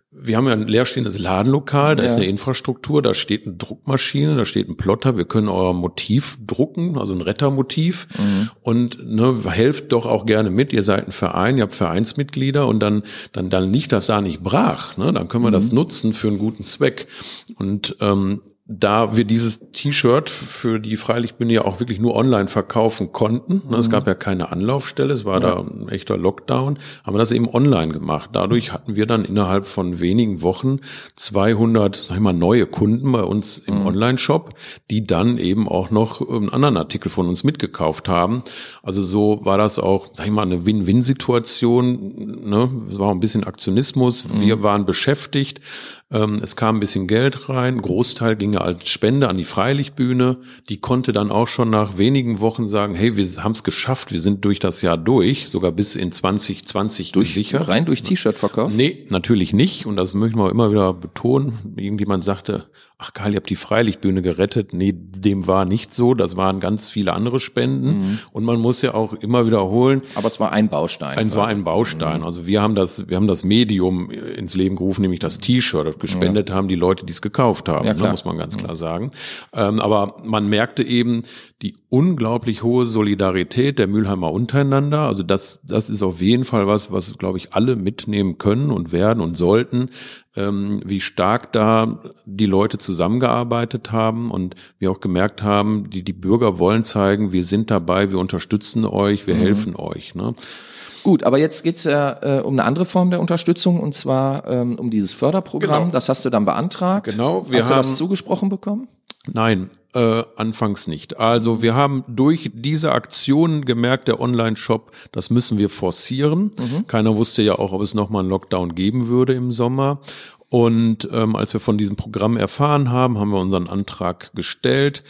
wir haben ja ein leerstehendes Ladenlokal, da ja. ist eine Infrastruktur, da steht eine Druckmaschine, da steht ein Plotter, wir können euer Motiv drucken, also ein Rettermotiv mhm. und ne, helft doch auch gerne mit, ihr seid ein Verein, ihr habt Vereinsmitglieder und dann dann dann liegt das da nicht brach, ne? Dann können wir mhm. das nutzen für einen guten Zweck und ähm, da wir dieses T-Shirt für die Freilichtbühne ja auch wirklich nur online verkaufen konnten, mhm. es gab ja keine Anlaufstelle, es war ja. da ein echter Lockdown, haben wir das eben online gemacht. Dadurch hatten wir dann innerhalb von wenigen Wochen zweihundert, sag ich mal, neue Kunden bei uns im mhm. Online-Shop, die dann eben auch noch einen anderen Artikel von uns mitgekauft haben. Also so war das auch, sag ich mal, eine Win-Win-Situation, ne? Es war auch ein bisschen Aktionismus, mhm. wir waren beschäftigt. Es kam ein bisschen Geld rein, ein Großteil ging ja als Spende an die Freilichtbühne. Die konnte dann auch schon nach wenigen Wochen sagen, hey, wir haben es geschafft, wir sind durch das Jahr durch, sogar bis in zwanzig zwanzig durch, gesichert. Rein durch T-Shirt-Verkauf? Nee, natürlich nicht. Und das möchten wir auch immer wieder betonen. Irgendjemand sagte, ach geil, ihr habt die Freilichtbühne gerettet. Nee, dem war nicht so. Das waren ganz viele andere Spenden. Mhm. Und man muss ja auch immer wiederholen. Aber es war ein Baustein. Es war ein Baustein. Mhm. Also wir haben das, wir haben das Medium ins Leben gerufen, nämlich das T-Shirt. Gespendet ja. haben die Leute, die es gekauft haben. Ja, ne, muss man ganz klar sagen. Ähm, aber man merkte eben die unglaublich hohe Solidarität der Mülheimer untereinander. Also das, das ist auf jeden Fall was, was, glaube ich, alle mitnehmen können und werden und sollten, ähm, wie stark da die Leute zusammengearbeitet haben und wir auch gemerkt haben, die, die Bürger wollen zeigen, wir sind dabei, wir unterstützen euch, wir mhm. helfen euch, ne? Gut, aber jetzt geht's ja äh, um eine andere Form der Unterstützung und zwar ähm, um dieses Förderprogramm. Genau. Das hast du dann beantragt. Genau. Wir hast du haben, das zugesprochen bekommen? Nein, äh, anfangs nicht. Also wir haben durch diese Aktion gemerkt, der Online-Shop, das müssen wir forcieren. Mhm. Keiner wusste ja auch, ob es nochmal einen Lockdown geben würde im Sommer. Und ähm, als wir von diesem Programm erfahren haben, haben wir unseren Antrag gestellt.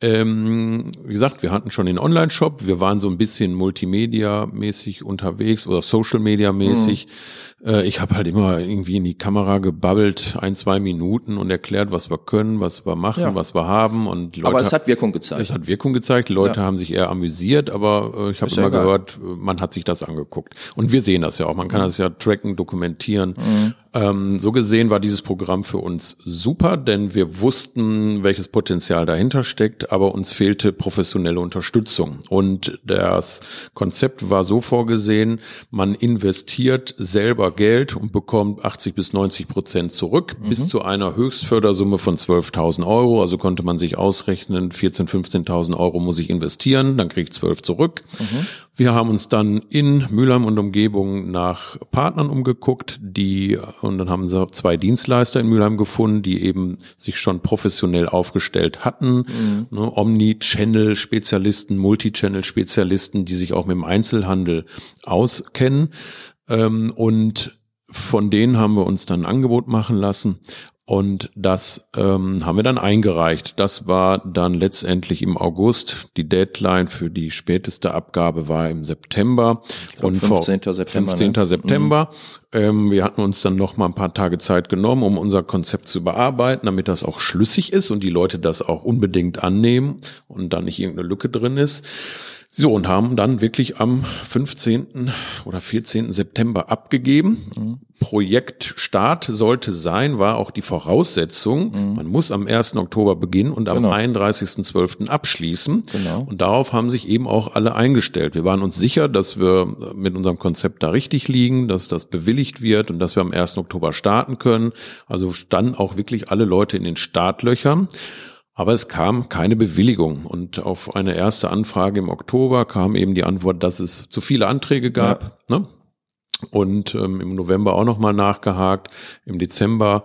Ähm, wie gesagt, wir hatten schon den Online-Shop, wir waren so ein bisschen Multimedia-mäßig unterwegs oder Social-Media-mäßig. Mhm. Äh, ich habe halt immer irgendwie in die Kamera gebabbelt, ein, zwei Minuten und erklärt, was wir können, was wir machen, ja. was wir haben. Und Leute, aber es hat Wirkung gezeigt. Es hat Wirkung gezeigt, die Leute ja. haben sich eher amüsiert, aber äh, ich habe immer ja gehört, man hat sich das angeguckt. Und wir sehen das ja auch, man kann mhm. das ja tracken, dokumentieren. Mhm. Ähm, so gesehen war dieses Programm für uns super, denn wir wussten, welches Potenzial dahinter steckt, aber uns fehlte professionelle Unterstützung. Und das Konzept war so vorgesehen, man investiert selber Geld und bekommt achtzig bis neunzig Prozent zurück, mhm. bis zu einer Höchstfördersumme von zwölftausend Euro. Also konnte man sich ausrechnen, vierzehntausend, fünfzehntausend Euro muss ich investieren, dann kriege ich zwölf zurück. Mhm. Wir haben uns dann in Mülheim und Umgebung nach Partnern umgeguckt, die, und dann haben sie zwei Dienstleister in Mülheim gefunden, die eben sich schon professionell aufgestellt hatten, mhm. ne, Omni-Channel-Spezialisten, Multi-Channel-Spezialisten, die sich auch mit dem Einzelhandel auskennen, ähm, und von denen haben wir uns dann ein Angebot machen lassen. Und das ähm, haben wir dann eingereicht. Das war dann letztendlich im August. Die Deadline für die späteste Abgabe war im September. Ich glaub, und fünfzehnten September. fünfzehnten September. Mhm. Ähm, wir hatten uns dann noch mal ein paar Tage Zeit genommen, um unser Konzept zu überarbeiten, damit das auch schlüssig ist und die Leute das auch unbedingt annehmen und da nicht irgendeine Lücke drin ist. So, und haben dann wirklich am fünfzehnten oder vierzehnten September abgegeben. Mhm. Projektstart sollte sein, war auch die Voraussetzung. Mhm. Man muss am ersten Oktober beginnen und am genau. einunddreißigsten zwölften abschließen. Genau. Und darauf haben sich eben auch alle eingestellt. Wir waren uns sicher, dass wir mit unserem Konzept da richtig liegen, dass das bewilligt wird und dass wir am ersten Oktober starten können. Also standen auch wirklich alle Leute in den Startlöchern. Aber es kam keine Bewilligung und auf eine erste Anfrage im Oktober kam eben die Antwort, dass es zu viele Anträge gab. Ja. Ne? Und ähm, im November auch nochmal nachgehakt. Im Dezember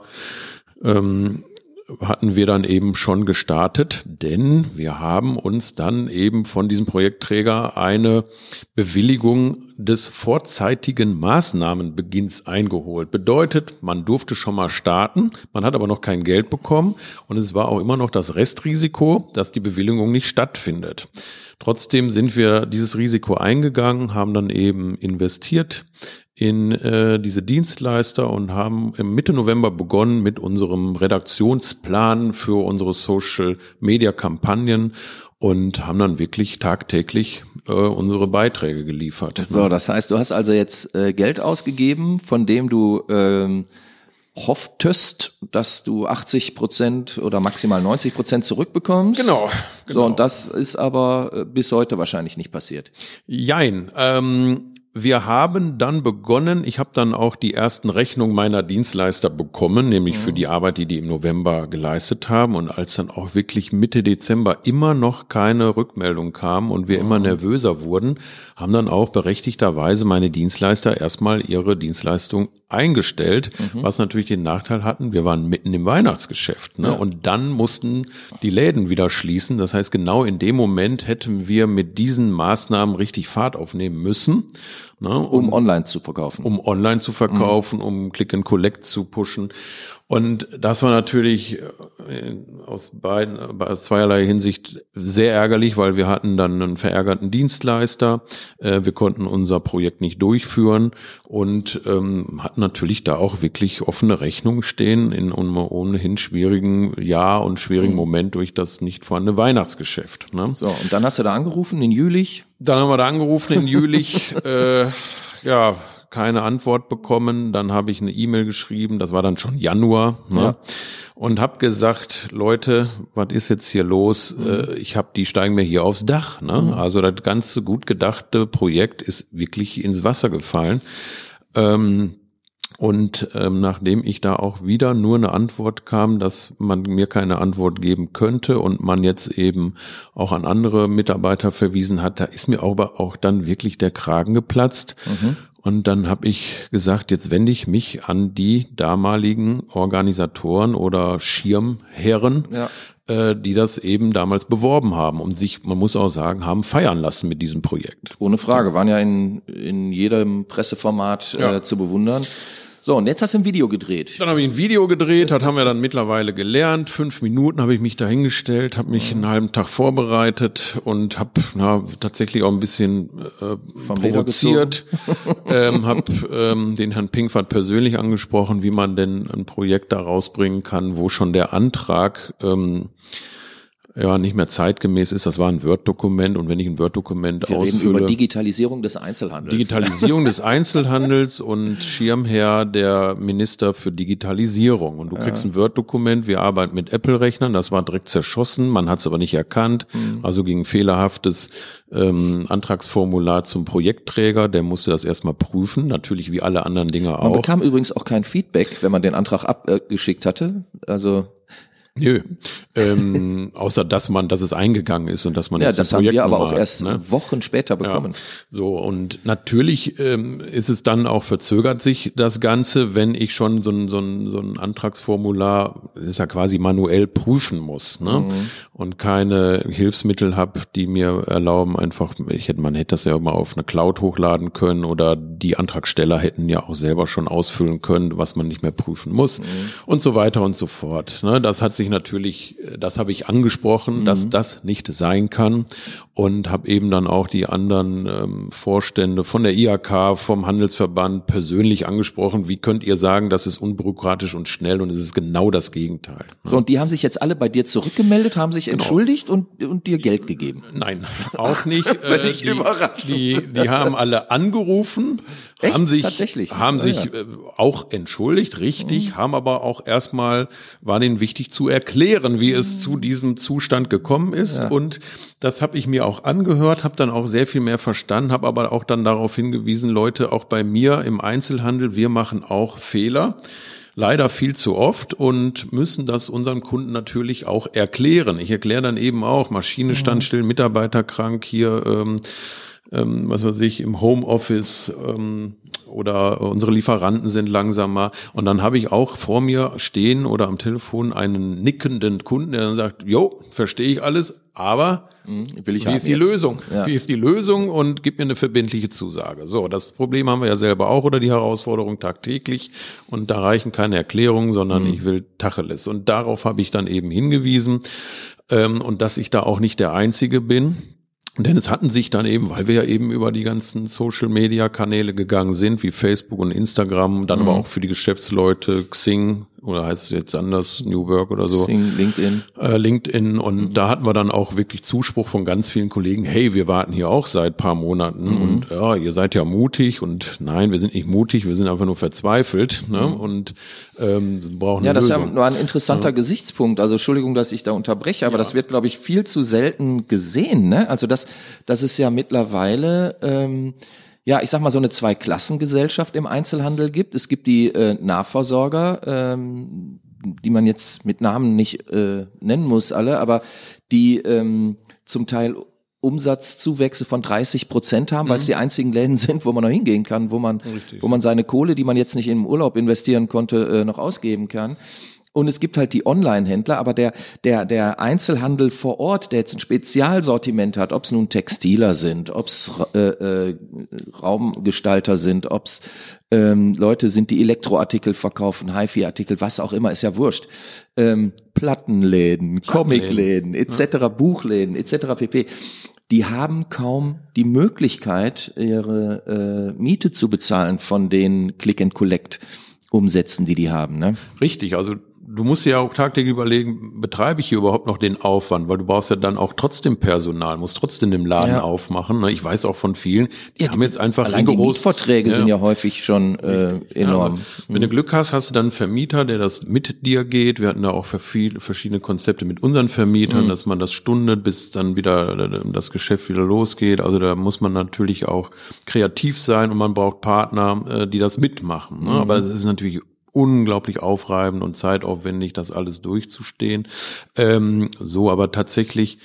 ähm, hatten wir dann eben schon gestartet, denn wir haben uns dann eben von diesem Projektträger eine Bewilligung des vorzeitigen Maßnahmenbeginns eingeholt. Bedeutet, man durfte schon mal starten, man hat aber noch kein Geld bekommen und es war auch immer noch das Restrisiko, dass die Bewilligung nicht stattfindet. Trotzdem sind wir dieses Risiko eingegangen, haben dann eben investiert in äh, diese Dienstleister und haben im Mitte November begonnen mit unserem Redaktionsplan für unsere Social-Media-Kampagnen und haben dann wirklich tagtäglich äh, unsere Beiträge geliefert. So, das heißt, du hast also jetzt äh, Geld ausgegeben, von dem du ähm, hofftest, dass du achtzig Prozent oder maximal neunzig Prozent zurückbekommst. Genau, genau. So, und das ist aber bis heute wahrscheinlich nicht passiert. Jein. Ähm, wir haben dann begonnen, ich habe dann auch die ersten Rechnungen meiner Dienstleister bekommen, nämlich mhm. für die Arbeit, die die im November geleistet haben. Und als dann auch wirklich Mitte Dezember immer noch keine Rückmeldung kam und wir mhm. immer nervöser wurden, haben dann auch berechtigterweise meine Dienstleister erstmal ihre Dienstleistung eingestellt, mhm. was natürlich den Nachteil hatten, wir waren mitten im Weihnachtsgeschäft, ne? Ja. Und dann mussten die Läden wieder schließen. Das heißt, genau in dem Moment hätten wir mit diesen Maßnahmen richtig Fahrt aufnehmen müssen. Ne? Um online zu verkaufen. Um online zu verkaufen, mhm. um Click and Collect zu pushen. Und das war natürlich aus beiden, aus zweierlei Hinsicht sehr ärgerlich, weil wir hatten dann einen verärgerten Dienstleister. Wir konnten unser Projekt nicht durchführen und ähm, hatten natürlich da auch wirklich offene Rechnungen stehen in einem ohnehin schwierigen Jahr und schwierigen mhm. Moment durch das nicht vorhandene Weihnachtsgeschäft. Ne? So, und dann hast du da angerufen in Jülich? Dann haben wir da angerufen in Jülich, äh, ja, keine Antwort bekommen, dann habe ich eine E-Mail geschrieben, das war dann schon Januar, ne? Ja. Und habe gesagt, Leute, was ist jetzt hier los? Mhm. Äh, ich habe, die steigen mir hier aufs Dach, ne? Mhm. Also das ganze gut gedachte Projekt ist wirklich ins Wasser gefallen. Ähm, und ähm, nachdem ich da auch wieder nur eine Antwort kam, dass man mir keine Antwort geben könnte und man jetzt eben auch an andere Mitarbeiter verwiesen hat, da ist mir aber auch dann wirklich der Kragen geplatzt. Mhm. Und dann habe ich gesagt, jetzt wende ich mich an die damaligen Organisatoren oder Schirmherren, ja. äh, die das eben damals beworben haben und sich, man muss auch sagen, haben feiern lassen mit diesem Projekt. Ohne Frage, waren ja in, in jedem Presseformat ja. äh, zu bewundern. So, und jetzt hast du ein Video gedreht. Dann habe ich ein Video gedreht, das haben wir dann mittlerweile gelernt. Fünf Minuten habe ich mich da hingestellt, habe mich einen halben Tag vorbereitet und habe na, tatsächlich auch ein bisschen äh, provoziert. ähm, habe ähm, den Herrn Pinkwart persönlich angesprochen, wie man denn ein Projekt da rausbringen kann, wo schon der Antrag ähm, ja nicht mehr zeitgemäß ist. Das war ein Word-Dokument und wenn ich ein Word-Dokument Wir ausfülle... reden über Digitalisierung des Einzelhandels. Digitalisierung des Einzelhandels und Schirmherr der Minister für Digitalisierung. Und du kriegst ja. ein Word-Dokument, wir arbeiten mit Apple-Rechnern, das war direkt zerschossen, man hat es aber nicht erkannt. Mhm. Also ging ein fehlerhaftes ähm, Antragsformular zum Projektträger, der musste das erstmal prüfen, natürlich wie alle anderen Dinge auch. Man bekam übrigens auch kein Feedback, wenn man den Antrag abgeschickt hatte. Also... Nö, ähm, außer dass man, dass es eingegangen ist und dass man ja, jetzt das ein Projekt haben wir aber auch hat, erst ne? Wochen später bekommen. Ja, so und natürlich ähm, ist es dann auch verzögert sich das Ganze, wenn ich schon so ein so ein so ein Antragsformular, das ist ja quasi manuell prüfen muss, ne? Mhm. Und keine Hilfsmittel habe, die mir erlauben, einfach, ich hätte, man hätte das ja auch mal auf eine Cloud hochladen können oder die Antragsteller hätten ja auch selber schon ausfüllen können, was man nicht mehr prüfen muss mhm. und so weiter und so fort. Ne? Das hat sich natürlich, das habe ich angesprochen, mhm. dass das nicht sein kann und habe eben dann auch die anderen ähm, Vorstände von der I H K, vom Handelsverband persönlich angesprochen. Wie könnt ihr sagen, das ist unbürokratisch und schnell und es ist genau das Gegenteil. Ne? So, und die haben sich jetzt alle bei dir zurückgemeldet, haben sich genau. entschuldigt und, und dir Geld gegeben? Nein, auch nicht. Bin ich die, überrascht. Die, die haben alle angerufen, Echt? haben sich, Tatsächlich? haben oh, sich ja. auch entschuldigt, richtig, mhm. haben aber auch erstmal, war denen wichtig zu erklären, wie es zu diesem Zustand gekommen ist. Ja. Und das habe ich mir auch angehört, habe dann auch sehr viel mehr verstanden, habe aber auch dann darauf hingewiesen, Leute, auch bei mir im Einzelhandel, wir machen auch Fehler. Leider viel zu oft und müssen das unseren Kunden natürlich auch erklären. Ich erkläre dann eben auch, Maschine stand still, Mitarbeiter krank, hier, ähm, ähm, was weiß ich, im Homeoffice ähm, oder unsere Lieferanten sind langsamer. Und dann habe ich auch vor mir stehen oder am Telefon einen nickenden Kunden, der dann sagt, jo, verstehe ich alles, aber Will ich wie ist die jetzt. Lösung? Ja. Wie ist die Lösung? Und gib mir eine verbindliche Zusage. So, das Problem haben wir ja selber auch oder die Herausforderung tagtäglich. Und da reichen keine Erklärungen, sondern mhm. ich will Tacheles. Und darauf habe ich dann eben hingewiesen. Ähm, und dass ich da auch nicht der Einzige bin. Denn es hatten sich dann eben, weil wir ja eben über die ganzen Social-Media-Kanäle gegangen sind, wie Facebook und Instagram, dann mhm. aber auch für die Geschäftsleute Xing oder heißt es jetzt anders, New Work oder so. Sing, LinkedIn. Äh, LinkedIn und mhm. da hatten wir dann auch wirklich Zuspruch von ganz vielen Kollegen, hey, wir warten hier auch seit paar Monaten mhm. und ja, ihr seid ja mutig und nein, wir sind nicht mutig, wir sind einfach nur verzweifelt, ne? Und ähm, brauchen eine Ja, das Lösung. ist ja nur ein interessanter ja. Gesichtspunkt. Also Entschuldigung, dass ich da unterbreche, aber ja. das wird, glaube ich, viel zu selten gesehen, ne? Also das, das ist ja mittlerweile ähm, ja, ich sag mal, so eine Zweiklassengesellschaft im Einzelhandel gibt. Es gibt die äh, Nahversorger, ähm, die man jetzt mit Namen nicht äh, nennen muss alle, aber die ähm, zum Teil Umsatzzuwächse von dreißig Prozent haben, mhm. weil es die einzigen Läden sind, wo man noch hingehen kann, wo man, Richtig. wo man seine Kohle, die man jetzt nicht im Urlaub investieren konnte, äh, noch ausgeben kann. Und es gibt halt die Online-Händler, aber der der der Einzelhandel vor Ort, der jetzt ein Spezialsortiment hat, ob es nun Textiler sind, ob es äh, äh, Raumgestalter sind, ob es ähm, Leute sind, die Elektroartikel verkaufen, Hi-Fi-Artikel, was auch immer, ist ja wurscht. Ähm, Plattenläden, Comicläden, et cetera, ja. Buchläden, et cetera pp. Die haben kaum die Möglichkeit, ihre äh, Miete zu bezahlen von den Click-and-Collect-Umsätzen, die die haben, ne? Richtig, also du musst dir ja auch tagtäglich überlegen, betreibe ich hier überhaupt noch den Aufwand, weil du brauchst ja dann auch trotzdem Personal, musst trotzdem den Laden ja. aufmachen. Ich weiß auch von vielen, die ja, haben jetzt einfach allein die Mietverträge ja. sind ja häufig schon äh, enorm. Also, wenn du Glück hast, hast du dann einen Vermieter, der das mit dir geht. Wir hatten da auch für viele verschiedene Konzepte mit unseren Vermietern, mhm. dass man das stundet, bis dann wieder das Geschäft wieder losgeht. Also da muss man natürlich auch kreativ sein und man braucht Partner, die das mitmachen. Mhm. Aber es ist natürlich unglaublich aufreibend und zeitaufwendig, das alles durchzustehen. Ähm, so, aber tatsächlich,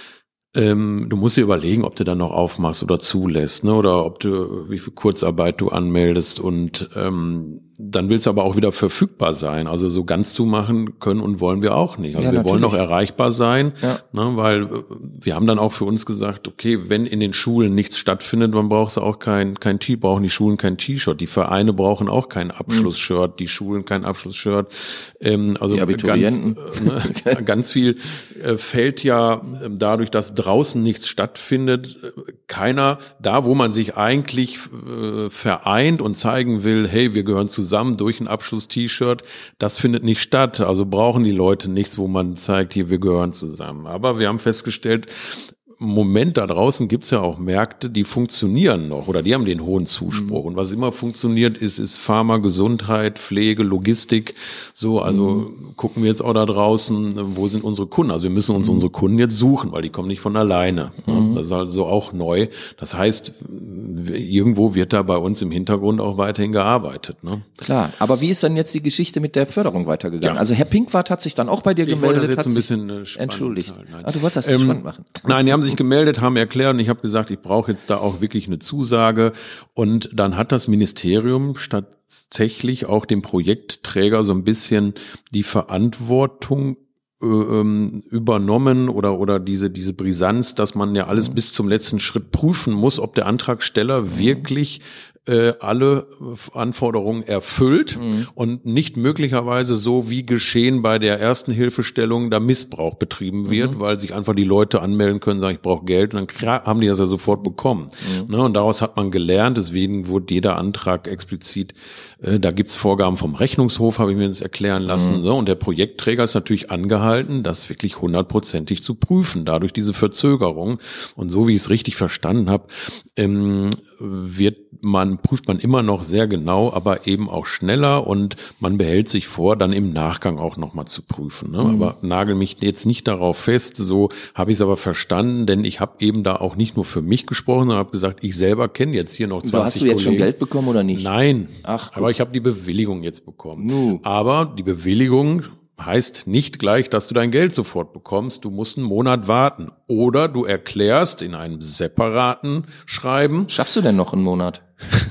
ähm, du musst dir überlegen, ob du dann noch aufmachst oder zulässt, ne, oder ob du, wie viel Kurzarbeit du anmeldest und ähm, dann willst du aber auch wieder verfügbar sein. Also so ganz zumachen können und wollen wir auch nicht. Also ja, wir natürlich. wollen noch erreichbar sein, ja. ne, weil wir haben dann auch für uns gesagt, okay, wenn in den Schulen nichts stattfindet, dann brauchst du auch kein kein T, brauchen die Schulen kein T-Shirt. Die Vereine brauchen auch kein Abschlussshirt, mhm. die Schulen kein Abschlussshirt. Ähm, also die Abiturienten. Ganz, äh, ne, ganz viel äh, fällt ja äh, dadurch, dass draußen nichts stattfindet, äh, keiner da, wo man sich eigentlich äh, vereint und zeigen will, hey, wir gehören zusammen durch ein Abschluss-T-Shirt, das findet nicht statt. Also brauchen die Leute nichts, wo man zeigt, hier, wir gehören zusammen. Aber wir haben festgestellt, im Moment da draußen gibt's ja auch Märkte, die funktionieren noch oder die haben den hohen Zuspruch. Mhm. Und was immer funktioniert ist, ist Pharma, Gesundheit, Pflege, Logistik. So, also mhm. gucken wir jetzt auch da draußen, wo sind unsere Kunden? Also wir müssen uns mhm. unsere Kunden jetzt suchen, weil die kommen nicht von alleine. Mhm. Das ist also auch neu. Das heißt, irgendwo wird da bei uns im Hintergrund auch weiterhin gearbeitet. Ne? Klar, aber wie ist dann jetzt die Geschichte mit der Förderung weitergegangen? Ja. Also Herr Pinkwart hat sich dann auch bei dir ich gemeldet. Ich wollte das jetzt hat ein bisschen äh, spannend entschuldigt. Nein. Ah, du wolltest das ähm, spannend machen. Nein, die haben sich gemeldet, haben erklärt und ich habe gesagt, ich brauche jetzt da auch wirklich eine Zusage. Und dann hat das Ministerium tatsächlich auch dem Projektträger so ein bisschen die Verantwortung äh, übernommen oder oder diese diese Brisanz, dass man ja alles mhm. bis zum letzten Schritt prüfen muss, ob der Antragsteller mhm. wirklich äh, alle Anforderungen erfüllt mhm. und nicht möglicherweise so wie geschehen bei der ersten Hilfestellung da Missbrauch betrieben wird, mhm. weil sich einfach die Leute anmelden können, sagen, ich brauche Geld und dann haben die das ja sofort bekommen. Mhm. Ne, und daraus hat man gelernt, deswegen wurde jeder Antrag explizit, äh, da gibt's Vorgaben vom Rechnungshof, habe ich mir das erklären lassen. Mhm. Ne, und der Projektträger ist natürlich angehalten, das wirklich hundertprozentig zu prüfen, dadurch diese Verzögerung. Und so wie ich es richtig verstanden habe, ähm, wird man prüft man immer noch sehr genau, aber eben auch schneller und man behält sich vor, dann im Nachgang auch nochmal zu prüfen. Ne? Mhm. Aber nagel mich jetzt nicht darauf fest, so habe ich es aber verstanden, denn ich habe eben da auch nicht nur für mich gesprochen, sondern habe gesagt, ich selber kenne jetzt hier noch zwanzig Kollegen. So, hast du jetzt Kollegen. Schon Geld bekommen oder nicht? Nein, Ach, aber ich habe die Bewilligung jetzt bekommen. Nu. Aber die Bewilligung heißt nicht gleich, dass du dein Geld sofort bekommst. Du musst einen Monat warten. Oder du erklärst in einem separaten Schreiben. Schaffst du denn noch einen Monat?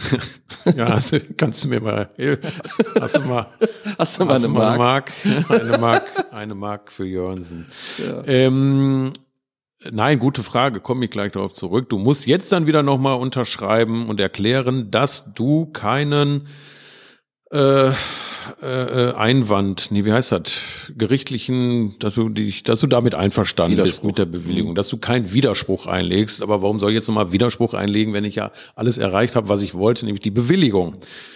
Ja, also, kannst du mir mal helfen? Hast du mal, hast du mal, hast eine, mal Mark? eine Mark? Eine Mark, eine Mark für Jörnsen. Ja. Ähm, nein, gute Frage. Komme ich gleich darauf zurück. Du musst jetzt dann wieder nochmal unterschreiben und erklären, dass du keinen äh, Äh, Einwand, nee, wie heißt das? Gerichtlichen, dass du dich, dass du damit einverstanden bist mit der Bewilligung, mhm. dass du keinen Widerspruch einlegst. Aber warum soll ich jetzt nochmal Widerspruch einlegen, wenn ich ja alles erreicht habe, was ich wollte, nämlich die Bewilligung?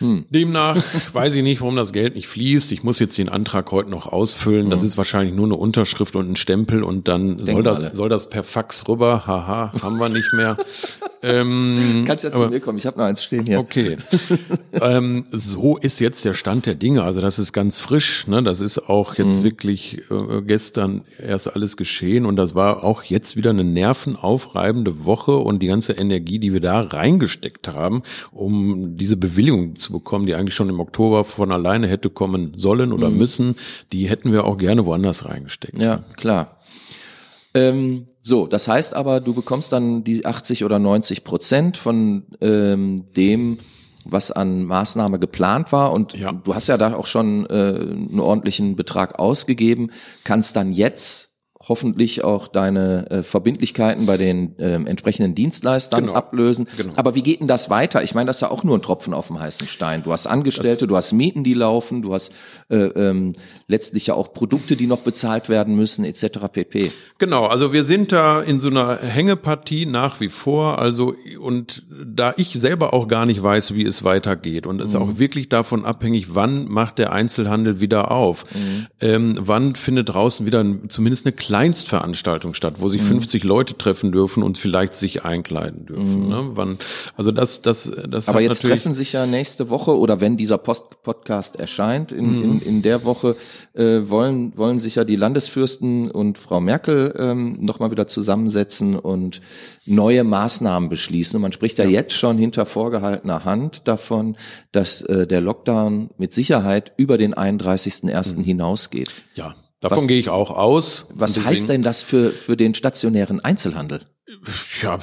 Hm. Demnach weiß ich nicht, warum das Geld nicht fließt. Ich muss jetzt den Antrag heute noch ausfüllen. Hm. Das ist wahrscheinlich nur eine Unterschrift und ein Stempel und dann Denk soll das, soll das per Fax rüber. Haha, haben wir nicht mehr. ähm, Kannst ja zu aber, mir kommen, ich habe noch eins stehen hier. Okay. ähm, so ist jetzt der Stand der Dinge. Also das ist ganz frisch. Ne? Das ist auch jetzt hm. wirklich äh, gestern erst alles geschehen und das war auch jetzt wieder eine nervenaufreibende Woche und die ganze Energie, die wir da reingesteckt haben, um diese Bewilligung zu bekommen, die eigentlich schon im Oktober von alleine hätte kommen sollen oder mhm. müssen, die hätten wir auch gerne woanders reingesteckt. Ja, klar. Ähm, so, das heißt aber, du bekommst dann die achtzig oder neunzig Prozent von ähm, dem, was an Maßnahme geplant war und ja. du hast ja da auch schon äh, einen ordentlichen Betrag ausgegeben, kannst dann jetzt hoffentlich auch deine äh, Verbindlichkeiten bei den äh, entsprechenden Dienstleistern genau. ablösen. Genau. Aber wie geht denn das weiter? Ich meine, das ist ja auch nur ein Tropfen auf dem heißen Stein. Du hast Angestellte, das du hast Mieten, die laufen, du hast äh, ähm, letztlich ja auch Produkte, die noch bezahlt werden müssen, et cetera pp. Genau, also wir sind da in so einer Hängepartie nach wie vor. Also und da ich selber auch gar nicht weiß, wie es weitergeht und es ist mhm. auch wirklich davon abhängig, wann macht der Einzelhandel wieder auf, mhm. ähm, wann findet draußen wieder ein, zumindest eine Kleinstveranstaltung statt, wo sich mhm. fünfzig Leute treffen dürfen und vielleicht sich einkleiden dürfen. Mhm. Ne? Wann, also das, das, das. Aber jetzt treffen sich ja nächste Woche oder wenn dieser Post Podcast erscheint in, mhm. in, in der Woche äh, wollen wollen sich ja die Landesfürsten und Frau Merkel ähm, noch mal wieder zusammensetzen und neue Maßnahmen beschließen. Und man spricht ja, ja jetzt schon hinter vorgehaltener Hand davon, dass äh, der Lockdown mit Sicherheit über den einunddreißigsten ersten Mhm. hinausgeht. Ja. Davon was, gehe ich auch aus. Was deswegen, heißt denn das für für den stationären Einzelhandel? Ja,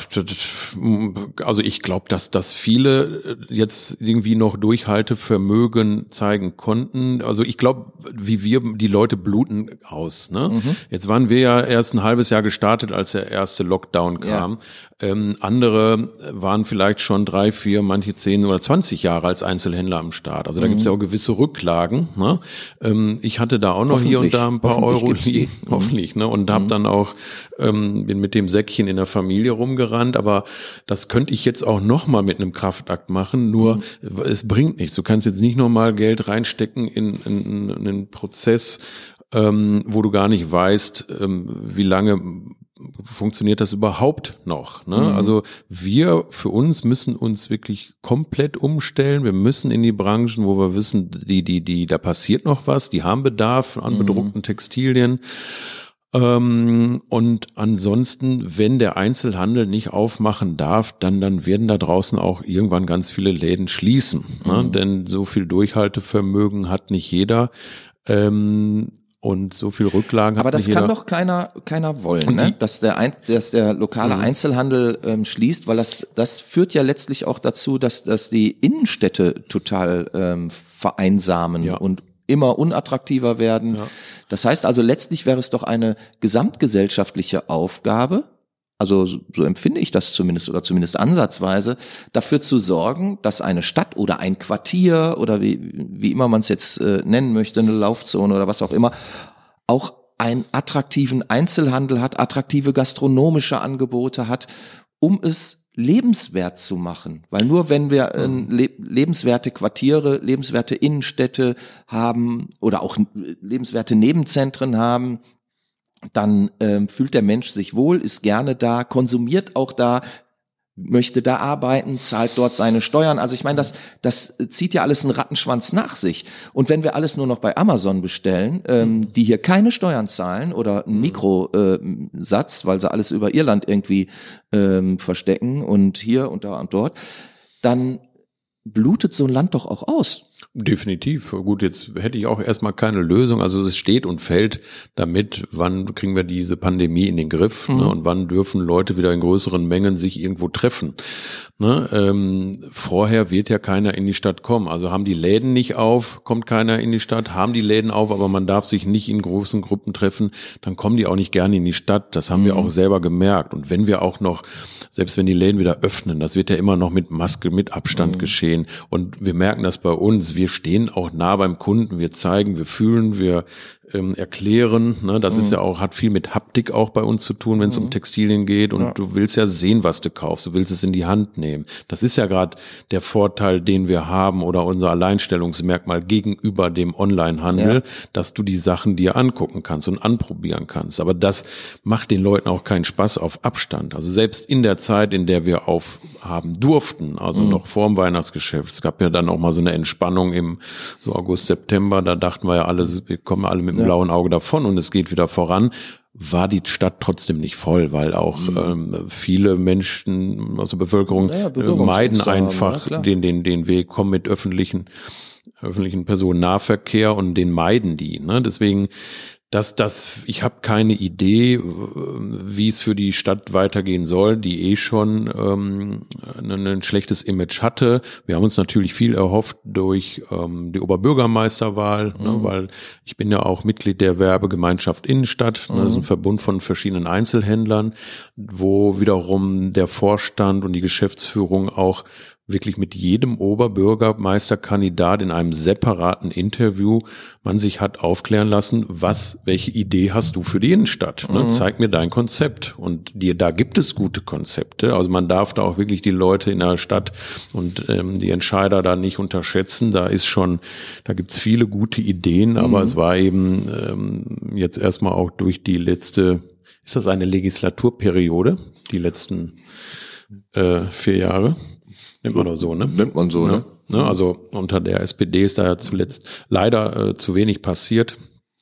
also ich glaube, dass dass viele jetzt irgendwie noch Durchhaltevermögen zeigen konnten. Also ich glaube, wie wir, die Leute bluten aus. Ne? Mhm. Jetzt waren wir ja erst ein halbes Jahr gestartet, als der erste Lockdown kam. Ja. Ähm, andere waren vielleicht schon drei, vier, manche zehn oder zwanzig Jahre als Einzelhändler am Start. Also da mhm. gibt es ja auch gewisse Rücklagen. Ne? Ähm, ich hatte da auch noch hier und da ein paar Euro liegen, mhm. hoffentlich. Ne? Und mhm. habe dann auch ähm, bin mit dem Säckchen in der Familie rumgerannt. Aber das könnte ich jetzt auch noch mal mit einem Kraftakt machen. Nur mhm. es bringt nichts. Du kannst jetzt nicht noch mal Geld reinstecken in, in, in einen Prozess, ähm, wo du gar nicht weißt, ähm, wie lange funktioniert das überhaupt noch? Ne? Mhm. Also wir für uns müssen uns wirklich komplett umstellen. Wir müssen in die Branchen, wo wir wissen, die, die, die, da passiert noch was, die haben Bedarf an bedruckten Textilien. Ähm, und ansonsten, wenn der Einzelhandel nicht aufmachen darf, dann, dann werden da draußen auch irgendwann ganz viele Läden schließen. Mhm. Ne? Denn so viel Durchhaltevermögen hat nicht jeder. Ähm, Und so viel Rücklagen hat Aber das nicht kann jeder. doch keiner, keiner wollen, ne? Dass der, Ein, dass der lokale mhm. Einzelhandel ähm, schließt, weil das, das führt ja letztlich auch dazu, dass, dass die Innenstädte total ähm, vereinsamen ja. und immer unattraktiver werden. Ja. Das heißt also, letztlich wäre es doch eine gesamtgesellschaftliche Aufgabe, also so empfinde ich das zumindest oder zumindest ansatzweise, dafür zu sorgen, dass eine Stadt oder ein Quartier oder wie, wie immer man es jetzt äh, nennen möchte, eine Laufzone oder was auch immer, auch einen attraktiven Einzelhandel hat, attraktive gastronomische Angebote hat, um es lebenswert zu machen. Weil nur wenn wir äh, le- lebenswerte Quartiere, lebenswerte Innenstädte haben oder auch lebenswerte Nebenzentren haben, dann ähm, fühlt der Mensch sich wohl, ist gerne da, konsumiert auch da, möchte da arbeiten, zahlt dort seine Steuern. Also ich meine, das das zieht ja alles einen Rattenschwanz nach sich. Und wenn wir alles nur noch bei Amazon bestellen, ähm, die hier keine Steuern zahlen oder einen Mikrosatz, äh, weil sie alles über Irland irgendwie ähm, verstecken und hier und da und dort, dann blutet so ein Land doch auch aus. Definitiv. Gut, jetzt hätte ich auch erstmal keine Lösung. Also es steht und fällt damit, wann kriegen wir diese Pandemie in den Griff, mhm. ne, und wann dürfen Leute wieder in größeren Mengen sich irgendwo treffen. Ne, ähm, vorher wird ja keiner in die Stadt kommen. Also haben die Läden nicht auf, kommt keiner in die Stadt, haben die Läden auf, aber man darf sich nicht in großen Gruppen treffen, dann kommen die auch nicht gerne in die Stadt. Das haben mhm. wir auch selber gemerkt. Und wenn wir auch noch, selbst wenn die Läden wieder öffnen, das wird ja immer noch mit Maske, mit Abstand mhm. geschehen. Und wir merken das bei uns. Wir stehen auch nah beim Kunden. Wir zeigen, wir fühlen, wir ähm, erklären. Ne? Das mhm. ist ja auch, hat viel mit Haptik auch bei uns zu tun, wenn es mhm. um Textilien geht. Und ja. du willst ja sehen, was du kaufst. Du willst es in die Hand nehmen. Das ist ja gerade der Vorteil, den wir haben oder unser Alleinstellungsmerkmal gegenüber dem Onlinehandel, ja. dass du die Sachen dir angucken kannst und anprobieren kannst. Aber das macht den Leuten auch keinen Spaß auf Abstand. Also selbst in der Zeit, in der wir aufhaben durften, also mhm. noch vor dem Weihnachtsgeschäft, es gab ja dann auch mal so eine Entspannung im so August, September, da dachten wir ja alle, wir kommen alle mit dem ja. blauen Auge davon und es geht wieder voran, war die Stadt trotzdem nicht voll, weil auch mhm. ähm, viele Menschen aus der Bevölkerung ja, äh, meiden einfach haben, ja, den, den, den Weg, kommen mit öffentlichen, öffentlichen Personennahverkehr und den meiden die. Ne? Deswegen dass das, ich habe keine Idee, wie es für die Stadt weitergehen soll, die eh schon ähm, ein, ein schlechtes Image hatte. Wir haben uns natürlich viel erhofft durch ähm, die Oberbürgermeisterwahl, mhm. ne, weil ich bin ja auch Mitglied der Werbegemeinschaft Innenstadt. Mhm. Ne, das ist ein Verbund von verschiedenen Einzelhändlern, wo wiederum der Vorstand und die Geschäftsführung auch wirklich mit jedem Oberbürgermeisterkandidat in einem separaten Interview man sich hat aufklären lassen, was, welche Idee hast du für die Innenstadt? Mhm. Ne? Zeig mir dein Konzept. Und dir, da gibt es gute Konzepte. Also man darf da auch wirklich die Leute in der Stadt und ähm, die Entscheider da nicht unterschätzen. Da ist schon, da gibt's viele gute Ideen, aber mhm. es war eben ähm, jetzt erstmal auch durch die letzte, ist das eine Legislaturperiode? Die letzten äh, vier Jahre? Nimmt man doch so, ne? Nimmt man so, ne? ne? Also unter der S P D ist da ja zuletzt leider äh, zu wenig passiert.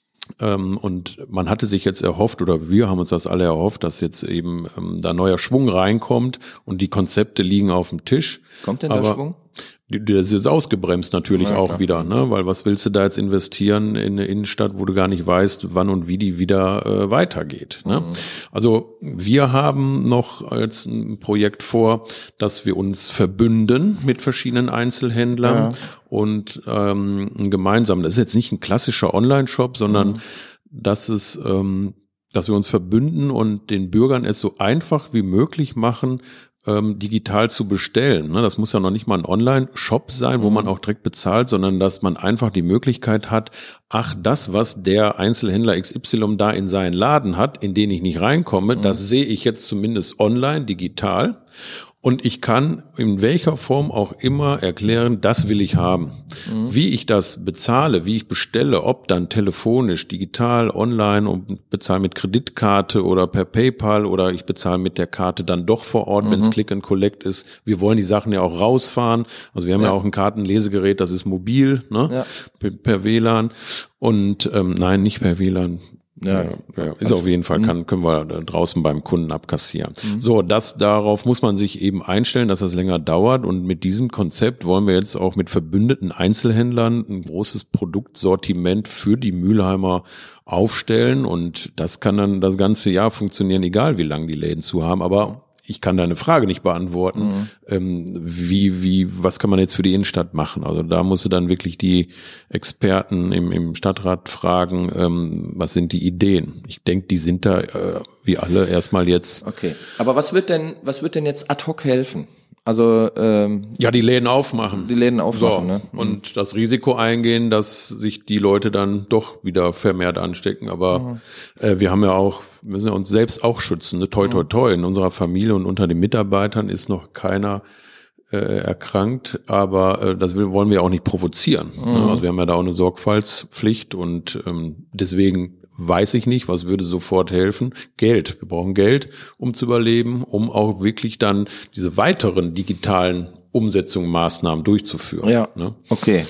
Ähm, und man hatte sich jetzt erhofft, oder wir haben uns das alle erhofft, dass jetzt eben ähm, da neuer Schwung reinkommt und die Konzepte liegen auf dem Tisch. Kommt denn der Schwung? Das ist jetzt ausgebremst natürlich ja, auch klar. wieder, ne? Weil was willst du da jetzt investieren in eine Innenstadt, wo du gar nicht weißt, wann und wie die wieder äh, weitergeht, ne? Mhm. Also wir haben noch als ein Projekt vor, dass wir uns verbünden mit verschiedenen Einzelhändlern ja. und ähm, gemeinsam, das ist jetzt nicht ein klassischer Online-Shop, sondern mhm. dass es, ähm, dass wir uns verbünden und den Bürgern es so einfach wie möglich machen, digital zu bestellen. Das muss ja noch nicht mal ein Online-Shop sein, wo man auch direkt bezahlt, sondern dass man einfach die Möglichkeit hat, ach, das, was der Einzelhändler X Y da in seinen Laden hat, in den ich nicht reinkomme, mhm. das sehe ich jetzt zumindest online, digital. Und ich kann in welcher Form auch immer erklären, das will ich haben. Mhm. Wie ich das bezahle, wie ich bestelle, ob dann telefonisch, digital, online und bezahle mit Kreditkarte oder per PayPal oder ich bezahle mit der Karte dann doch vor Ort, mhm. wenn es Click and Collect ist. Wir wollen die Sachen ja auch rausfahren. Also wir haben ja, ja auch ein Kartenlesegerät, das ist mobil, ne, ja. per, per W L A N. Und ähm, nein, nicht per W L A N. Ja, ja, ja, ist auf jeden Fall, kann, können wir draußen beim Kunden abkassieren. Mhm. So, das, darauf muss man sich eben einstellen, dass das länger dauert. Und mit diesem Konzept wollen wir jetzt auch mit verbündeten Einzelhändlern ein großes Produktsortiment für die Mülheimer aufstellen. Und das kann dann das ganze Jahr funktionieren, egal wie lange die Läden zu haben. Aber ich kann deine Frage nicht beantworten. Mhm. Ähm, wie, wie, was kann man jetzt für die Innenstadt machen? Also da musst du dann wirklich die Experten im, im Stadtrat fragen, ähm, was sind die Ideen? Ich denke, die sind da, äh, wie alle, erstmal jetzt. Okay. Aber was wird denn, was wird denn jetzt ad hoc helfen? Also ähm, ja, die Läden aufmachen. Die Läden aufmachen, so, ne? Und das Risiko eingehen, dass sich die Leute dann doch wieder vermehrt anstecken. Aber mhm. äh, wir haben ja auch, wir müssen ja uns selbst auch schützen. Ne? Toi, toi, toi. In unserer Familie und unter den Mitarbeitern ist noch keiner äh, erkrankt. Aber äh, das will, wollen wir auch nicht provozieren. Mhm. Ne? Also wir haben ja da auch eine Sorgfaltspflicht und ähm, deswegen weiß ich nicht, was würde sofort helfen? Geld. Wir brauchen Geld, um zu überleben, um auch wirklich dann diese weiteren digitalen Umsetzungen, Maßnahmen durchzuführen. Ja, ne? Okay.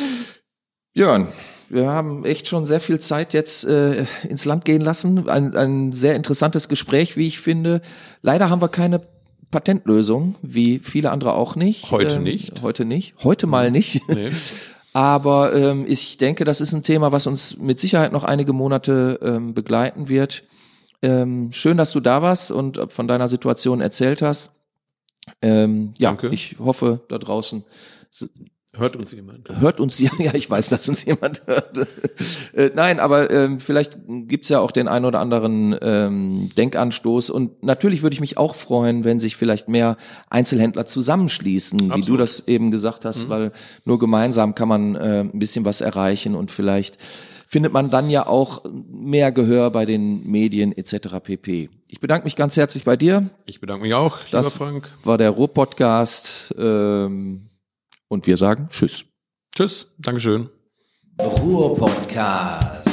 Jörn, wir haben echt schon sehr viel Zeit jetzt äh, ins Land gehen lassen. Ein, ein sehr interessantes Gespräch, wie ich finde. Leider haben wir keine Patentlösung, wie viele andere auch nicht. Heute ähm, nicht. Heute nicht. Heute mal nicht. Nee. Aber ähm, ich denke, das ist ein Thema, was uns mit Sicherheit noch einige Monate ähm, begleiten wird. Ähm, schön, dass du da warst und von deiner Situation erzählt hast. Ähm, ja, Danke. Ich hoffe, da draußen hört uns jemand. Hört uns, ja, ja, ich weiß, dass uns jemand hört. äh, nein, aber ähm, vielleicht gibt's ja auch den ein oder anderen ähm, Denkanstoß. Und natürlich würde ich mich auch freuen, wenn sich vielleicht mehr Einzelhändler zusammenschließen, Absolut. Wie du das eben gesagt hast, mhm. weil nur gemeinsam kann man äh, ein bisschen was erreichen und vielleicht findet man dann ja auch mehr Gehör bei den Medien et cetera pp. Ich bedanke mich ganz herzlich bei dir. Ich bedanke mich auch, lieber das Frank. War der Ruhr-Podcast ähm, und wir sagen Tschüss. Tschüss, Dankeschön. Ruhr-Podcast.